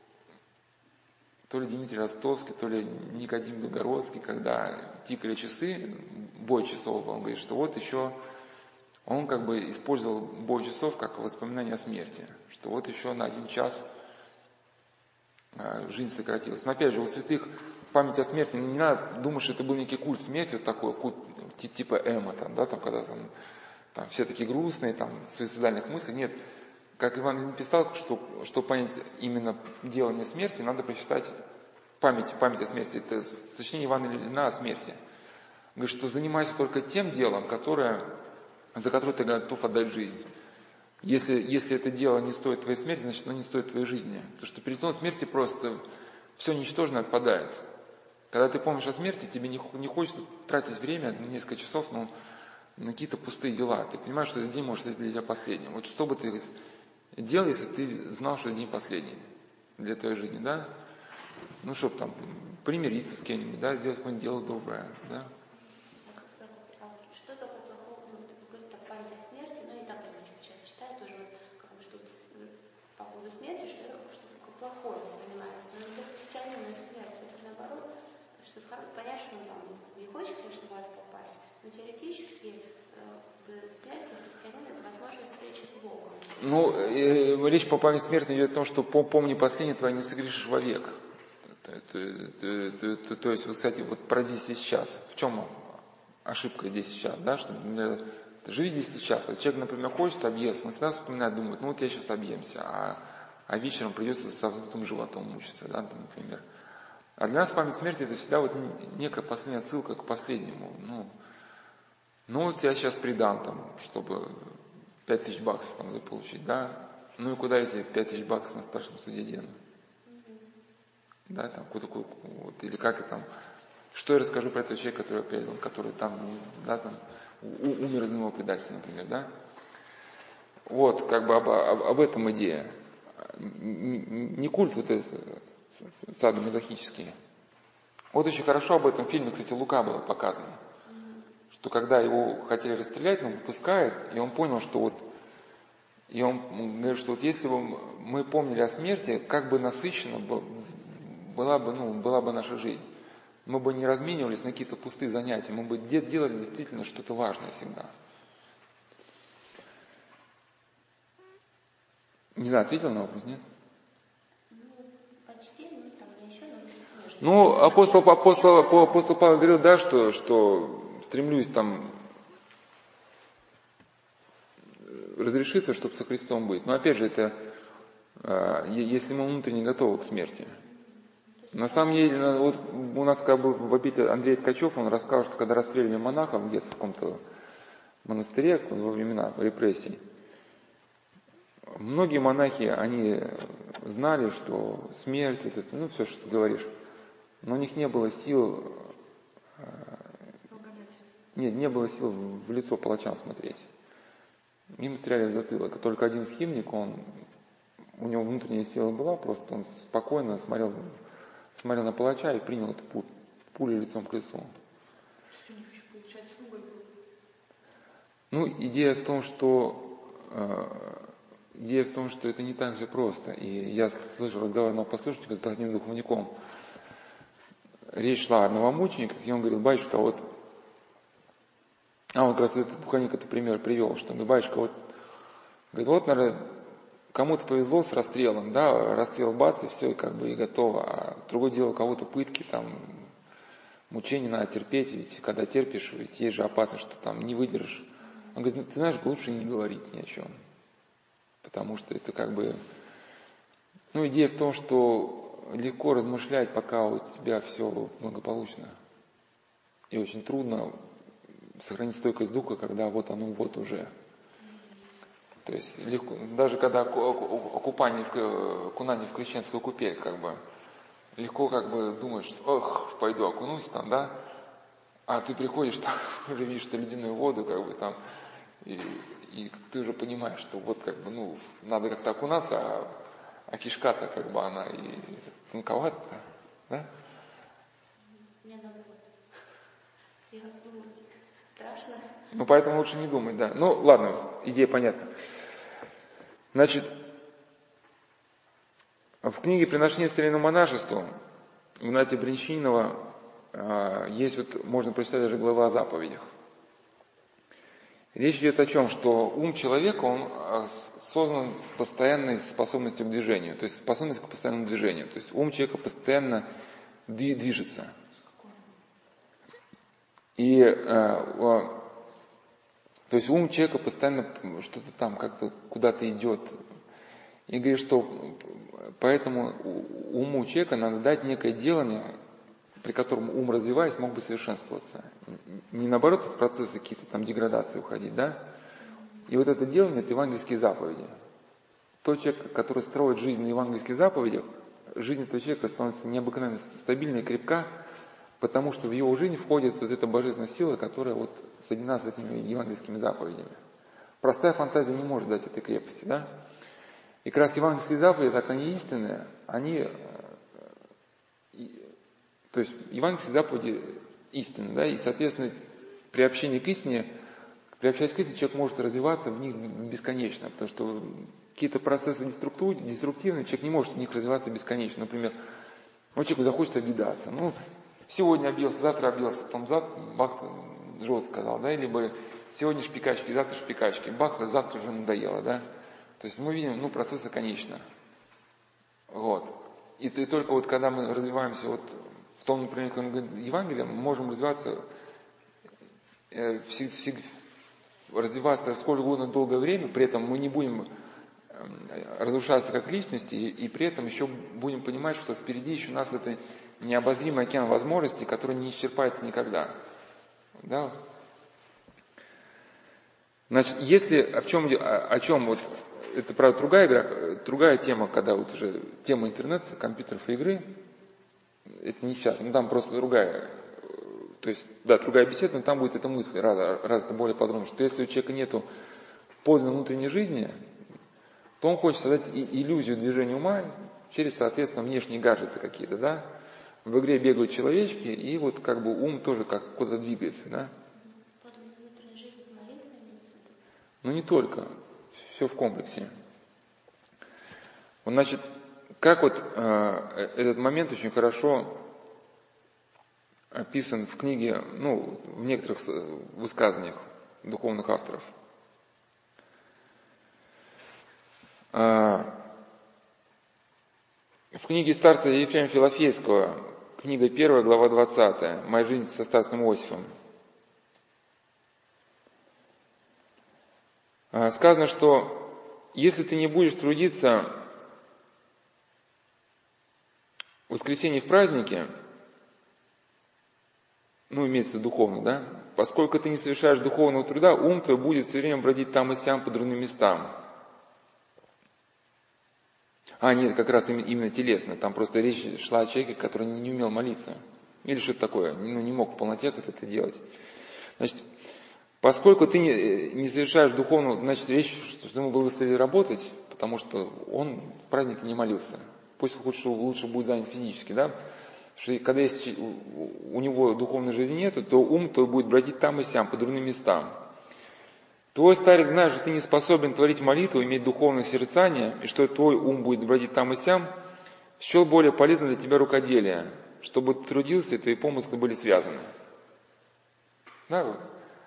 A: то ли Дмитрий Ростовский, то ли Никодим Белгородский, когда тикали часы, бой часов, он говорит, что вот еще он как бы использовал бой часов как воспоминание о смерти, что вот еще на один час жизнь сократилась. Но опять же, у святых память о смерти, не надо думать, что это был некий культ смерти, вот такой культ типа эмо, там, да, там, когда там, там все такие грустные, там, суицидальных мыслей. Нет, как Иван написал, что, чтобы понять именно делание смерти, надо прочитать память, память о смерти. Это сочинение Ивана Ильина о смерти. Говорит, что занимайся только тем делом, которое, за которое ты готов отдать жизнь. Если, если это дело не стоит твоей смерти, значит, оно не стоит твоей жизни. Потому что перед лицом смерти просто все ничтожно отпадает. Когда ты помнишь о смерти, тебе не, не хочется тратить время, несколько часов, ну, на какие-то пустые дела. Ты понимаешь, что этот день может быть для тебя последним. Вот что бы ты делал, если ты знал, что этот день последний для твоей жизни, да? Ну, чтобы там примириться с кем-нибудь, да, сделать какое-нибудь дело доброе, да?
C: Что такое плохое? Ну, вы говорите, память о смерти, но и так я сейчас читаю тоже, вот, как бы, что по поводу смерти, что это что-то такое плохое воспринимается. Но для христианина смерть, это наоборот, что понятно, что он там не хочет, конечно, в ад попасть, но теоретически смерть для христианина это возможность встречи с Богом.
A: Ну, э, речь по памяти смерти идет о том, что помни последнее твое, не согрешишь вовек. То, то, то, то, то есть, вот, кстати, вот про здесь и сейчас. В чем ошибка здесь сейчас, да, что, например, живи здесь сейчас. Вот человек, например, хочет объесться, он всегда вспоминает, думает, ну вот я сейчас объемся, а, а вечером придется со вздутым животом мучиться, да, например. А для нас память смерти это всегда вот некая последняя ссылка к последнему. Ну, ну вот я сейчас придам там, чтобы пять тысяч баксов там заполучить, да. Ну и куда эти пять тысяч баксов на старшем суде дену? Да, там, куда, куда, вот, или как и там, что я расскажу про этого человека, который предал, который там, да, там, у, умер из моего предательства, например, да. Вот, как бы об, об, об этом идея. Не культ вот этот садомазохический. Вот очень хорошо об этом в фильме, кстати, Лука было показано. Что когда его хотели расстрелять, он выпускает, и он понял, что вот, и он говорит, что вот если бы мы помнили о смерти, как бы насыщена была бы, ну, была бы наша жизнь. Мы бы не разменивались на какие-то пустые занятия, мы бы делали действительно что-то важное всегда. Не знаю, ответил на вопрос, нет?
C: Почти, ну там еще, но это смешно.
A: Ну, апостол, апостол, апостол Павел говорил, да, что, что стремлюсь там разрешиться, чтобы со Христом быть. Но опять же, это если мы внутренне готовы к смерти. На самом деле, вот у нас как бы в обители Андрей Ткачев, он рассказал, что когда расстреливали монахов где-то в каком-то монастыре во времена репрессий, многие монахи, они знали, что смерть, это, ну все, что ты говоришь, но у них не было сил, нет, не было сил в лицо палачам смотреть. Им стреляли в затылок. Только один схимник, он, у него внутренняя сила была, просто он спокойно смотрел, смотрел на палача и принял эту пулю, пулю лицом к лицу. Ну, идея в том, что идея в том, что это не так же просто. И я слышал разговор одного послушника с одним духовником. Речь шла о новомучениках, и он говорил, батюшка, вот... А он как раз этот духовник этот пример привел, что, говорит, батюшка, вот... Говорит, вот, наверное, кому-то повезло с расстрелом, да, расстрел бац, и все, как бы, и готово. А другое дело, у кого-то пытки, там, мучения надо терпеть, ведь когда терпишь, ведь есть же опасность, что там не выдержишь. Он говорит, ты знаешь, лучше не говорить ни о чем. Потому что это как бы... Ну, идея в том, что легко размышлять, пока у тебя все благополучно. И очень трудно сохранить стойкость духа, когда вот оно вот уже. То есть легко, даже когда окупание, окунание в крещенскую купель, как бы, легко как бы думать, что ох, пойду окунусь там, да, а ты приходишь, там, уже видишь что ледяную воду, как бы там, и, и ты уже понимаешь, что вот как бы, ну, надо как-то окунаться, а, а кишка-то как бы она и тонковата-то, да?
C: Мне наоборот. Я думаю, страшно.
A: Ну, поэтому лучше не думать, да. Ну, ладно, идея понятна. Значит, в книге «Приношение стеленому монашеству» Игнатия Бринчинова э, есть вот, можно прочитать даже глава о заповедях. Речь идет о чем, что ум человека, он создан с постоянной способностью к движению, то есть способность к постоянному движению. То есть ум человека постоянно движется. И э, то есть ум человека постоянно что-то там как-то куда-то идет. И говорит, что поэтому уму человека надо дать некое делание, при котором ум, развиваясь, мог бы совершенствоваться. Не наоборот в процессы какие-то там деградации уходить, да? И вот это делание – это евангельские заповеди. Тот человек, который строит жизнь на евангельских заповедях, жизнь этого человека становится необыкновенно стабильной и крепка, потому что в его жизнь входит вот эта божественная сила, которая вот соединена с этими евангельскими заповедями. Простая фантазия не может дать этой крепости, да? И как раз евангельские заповеди, так они истинные, они... То есть евангельские заповеди истинны, да, и, соответственно, при общении к истине, приобщаясь к истине, человек может развиваться в них бесконечно, потому что какие-то процессы деструктивные, человек не может в них развиваться бесконечно. Например, ну, человеку захочется обидаться, ну, сегодня обиделся, завтра обиделся, потом завтра, бах, живот сказал, да, либо сегодня шпикачки, завтра шпикачки, бах, завтра уже надоело, да. То есть мы видим, ну, процессы конечны. Вот. И, и только вот когда мы развиваемся вот в том, например, как он говорит, Евангелие, мы можем развиваться э, всег- всег- развиваться сколько угодно долгое время, при этом мы не будем э, разрушаться как личности, и, и при этом еще будем понимать, что впереди еще у нас это необозримый океан возможностей, который не исчерпается никогда. Да? Значит, если о чем, о, о чем вот, это, правда, другая игра, другая тема, когда вот уже тема интернета, компьютеров и игры, это не сейчас, ну там просто другая, то есть, да, другая беседа, но там будет эта мысль раз, раз это более подробно, что если у человека нету подлинной внутренней жизни, то он хочет создать иллюзию движения ума через, соответственно, внешние гаджеты какие-то, да. В игре бегают человечки, и вот как бы ум тоже как куда-то двигается, да. Ну не только, все в комплексе. Значит, как вот э, этот момент очень хорошо описан в книге, ну, в некоторых высказываниях духовных авторов. Э, в книге старца Ефрема Филофейского, книга первая, глава двадцатая, «Моя жизнь со старцем Иосифом», э, сказано, что если ты не будешь трудиться в воскресенье в празднике, ну, имеется в виду духовно, да, поскольку ты не совершаешь духовного труда, ум твой будет все время бродить там и сям по дурным местам. А, нет, как раз именно телесно, там просто речь шла о человеке, который не умел молиться. Или что-то такое, ну, не мог в полноте как это делать. Значит, поскольку ты не, не совершаешь духовного, значит, речь, что, что ему благословили работать, потому что он в празднике не молился. Пусть лучше, лучше будет занят физически, да, что когда есть, у него духовной жизни нету, то ум твой будет бродить там и сям, по дурным местам. Твой старец знает, что ты не способен творить молитву, иметь духовное созерцание, и что твой ум будет бродить там и сям, счел более полезно для тебя рукоделие, чтобы ты трудился, и твои помыслы были связаны. Да?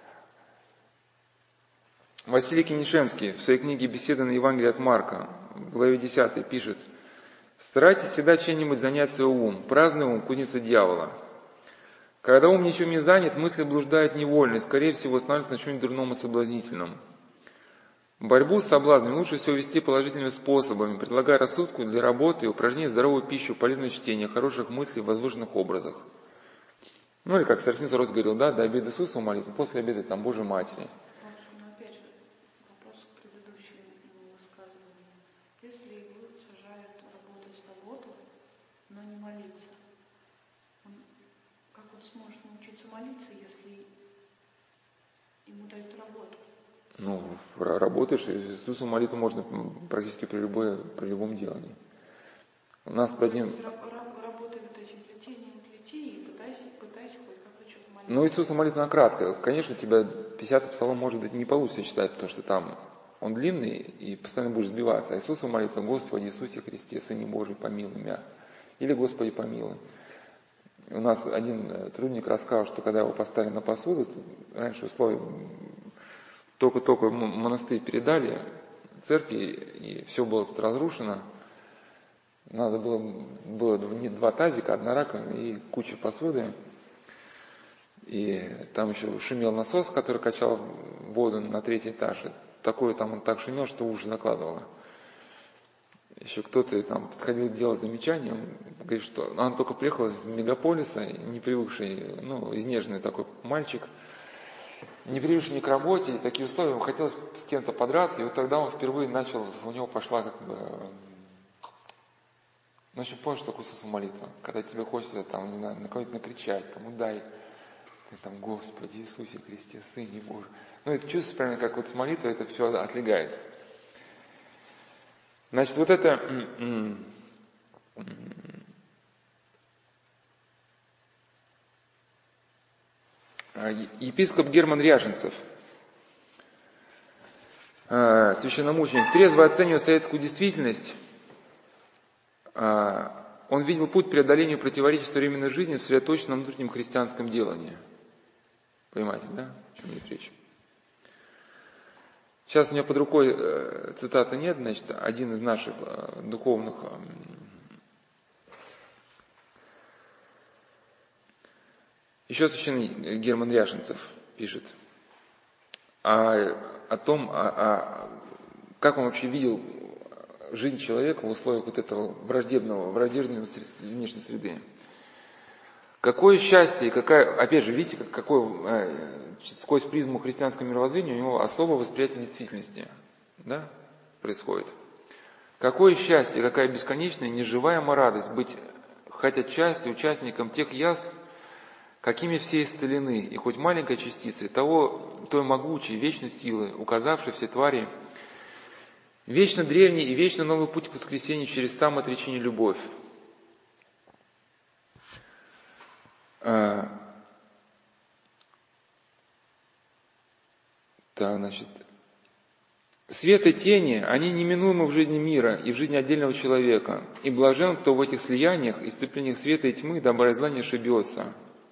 A: Василий Кенишемский в своей книге «Беседа на Евангелие от Марка» в главе десятой пишет: «Старайтесь всегда чем-нибудь занять свой ум, праздный ум, кузница дьявола. Когда ум ничем не занят, мысли блуждают невольно и, скорее всего, останавливаются на чем-нибудь дурном и соблазнительном. Борьбу с соблазнами лучше всего вести положительными способами, предлагая рассудку для работы и упражнения здоровую пищу, полезное чтение, хороших мыслей в возвышенных образах». Ну или как Серафим Саровский говорил, да, до обеда Иисуса молитву, после обеда там Божьей Матери.
B: Но опять же, вопрос к предыдущему высказыванию. Если его сажают работать с работу, но не молиться, он, как он сможет научиться молиться, если ему дают работу?
A: Ну, работаешь, Иисусу молитву можно практически при, любой, при любом делании. У нас под одним...
B: Работай вот этим плетением, плети и пытайся, пытайся хоть как-то что-то молиться.
A: Ну, Иисуса молитва она краткая. Конечно, у тебя пятидесятый псалом, может быть, не получится читать, потому что там он длинный, и постоянно будешь сбиваться. А Иисуса молитва: «Господи Иисусе Христе, Сыне Божий, помилуй меня». Или «Господи, помилуй». У нас один трудник рассказал, что когда его поставили на посуду, раньше условия только-только монастырь передали церкви, и все было тут разрушено. Надо было, было два тазика, одна раковина и куча посуды. И там еще шумел насос, который качал воду на третий этаж. И такое там он так шумел, что уши закладывало. Еще кто-то там подходил делать замечания, он говорит, что она только приехала из мегаполиса, не привыкший, ну, изнеженный такой мальчик, не привыкший ни к работе, и такие условия, ему хотелось с кем-то подраться, и вот тогда он впервые начал, у него пошла как бы, ну, очень помнишь, что такое Иисусу молитва, когда тебе хочется там, не знаю, на кого-нибудь накричать, там, ударить, ты там: «Господи Иисусе Христе, Сыне Божий». Ну, это чувство прямо как вот с молитвой это все отлегает. Значит, вот это епископ Герман Ряженцев, священномученик, трезво оценивая советскую действительность, он видел путь к преодолению противоречий современной жизни в сосредоточенном внутреннем христианском делании. Понимаете, да, о чем идет речь? Сейчас у меня под рукой э, цитаты нет, значит, один из наших э, духовных э, еще священный Герман Ряженцев пишет о, о том, о, о, как он вообще видел жизнь человека в условиях вот этого враждебного, враждебной внешней среды. Какое счастье, какая, опять же, видите, какое, сквозь призму христианского мировоззрения у него особое восприятие действительности, да, происходит. Какое счастье, какая бесконечная, неживаемая радость быть хоть отчасти участником тех язв, какими все исцелены, и хоть маленькой частицей того, той могучей, вечной силы, указавшей все твари, вечно древний и вечно новый путь к воскресению через самоотречение любовь. А, так, значит, свет и тени, они неминуемы в жизни мира и в жизни отдельного человека, и блажен, кто в этих слияниях и сцеплениях света и тьмы, добра и зла не ошибется.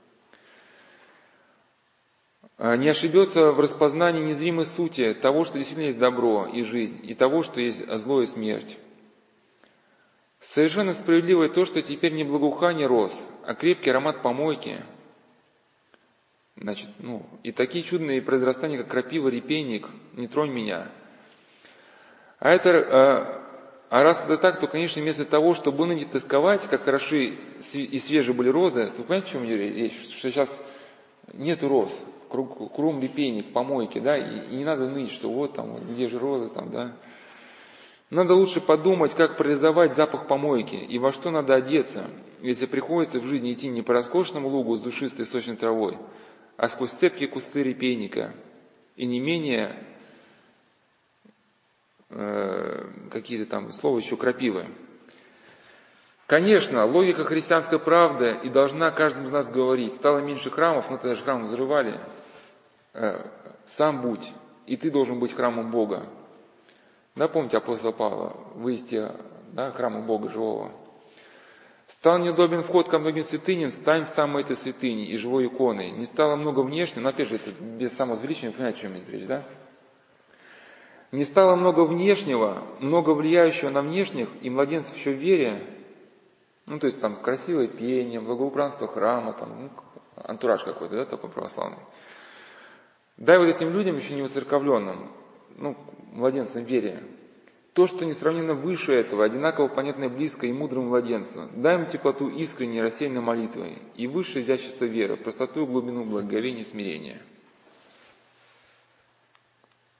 A: Не ошибется в распознании незримой сути того, что действительно есть добро и жизнь, и того, что есть зло и смерть. Совершенно справедливо то, что теперь не благоухание роз, а крепкий аромат помойки. Значит, ну, и такие чудные произрастания, как крапива, репейник, не тронь меня. А это, а, а раз это так, то, конечно, вместо того, чтобы ныне тосковать, как хороши и свежие были розы, то понимаете, о чем речь? Что сейчас нету роз, кругом репейник, помойки, да, и, и не надо ныть, что вот там, вот, где же розы там, да. Надо лучше подумать, как реализовать запах помойки и во что надо одеться, если приходится в жизни идти не по роскошному лугу с душистой сочной травой, а сквозь цепкие кусты репейника и не менее э, какие-то там слова еще крапивы. Конечно, логика христианской правды и должна каждому из нас говорить. Стало меньше храмов, ну тогда же храм взрывали. Э, сам будь, и ты должен быть храмом Бога. Да, помните апостола Павла, вывести, да, храмом Бога живого. Стал неудобен вход ко многим святыням, стань самой этой святыней и живой иконой. Не стало много внешнего, но опять же, это без самозвеличения, понимаете, о чем идет речь, да? Не стало много внешнего, много влияющего на внешних, и младенцев еще в вере, ну, то есть там красивое пение, благоубранство храма, там, ну, антураж какой-то, да, такой православный. Дай вот этим людям, еще не воцерковленным, ну, младенцам в вере, то, что несравненно выше этого, одинаково понятное близко и мудрому младенцу. Дай им теплоту искренней рассеянной молитвы и высшее изящество веры, простоту и глубину благоговения и смирения.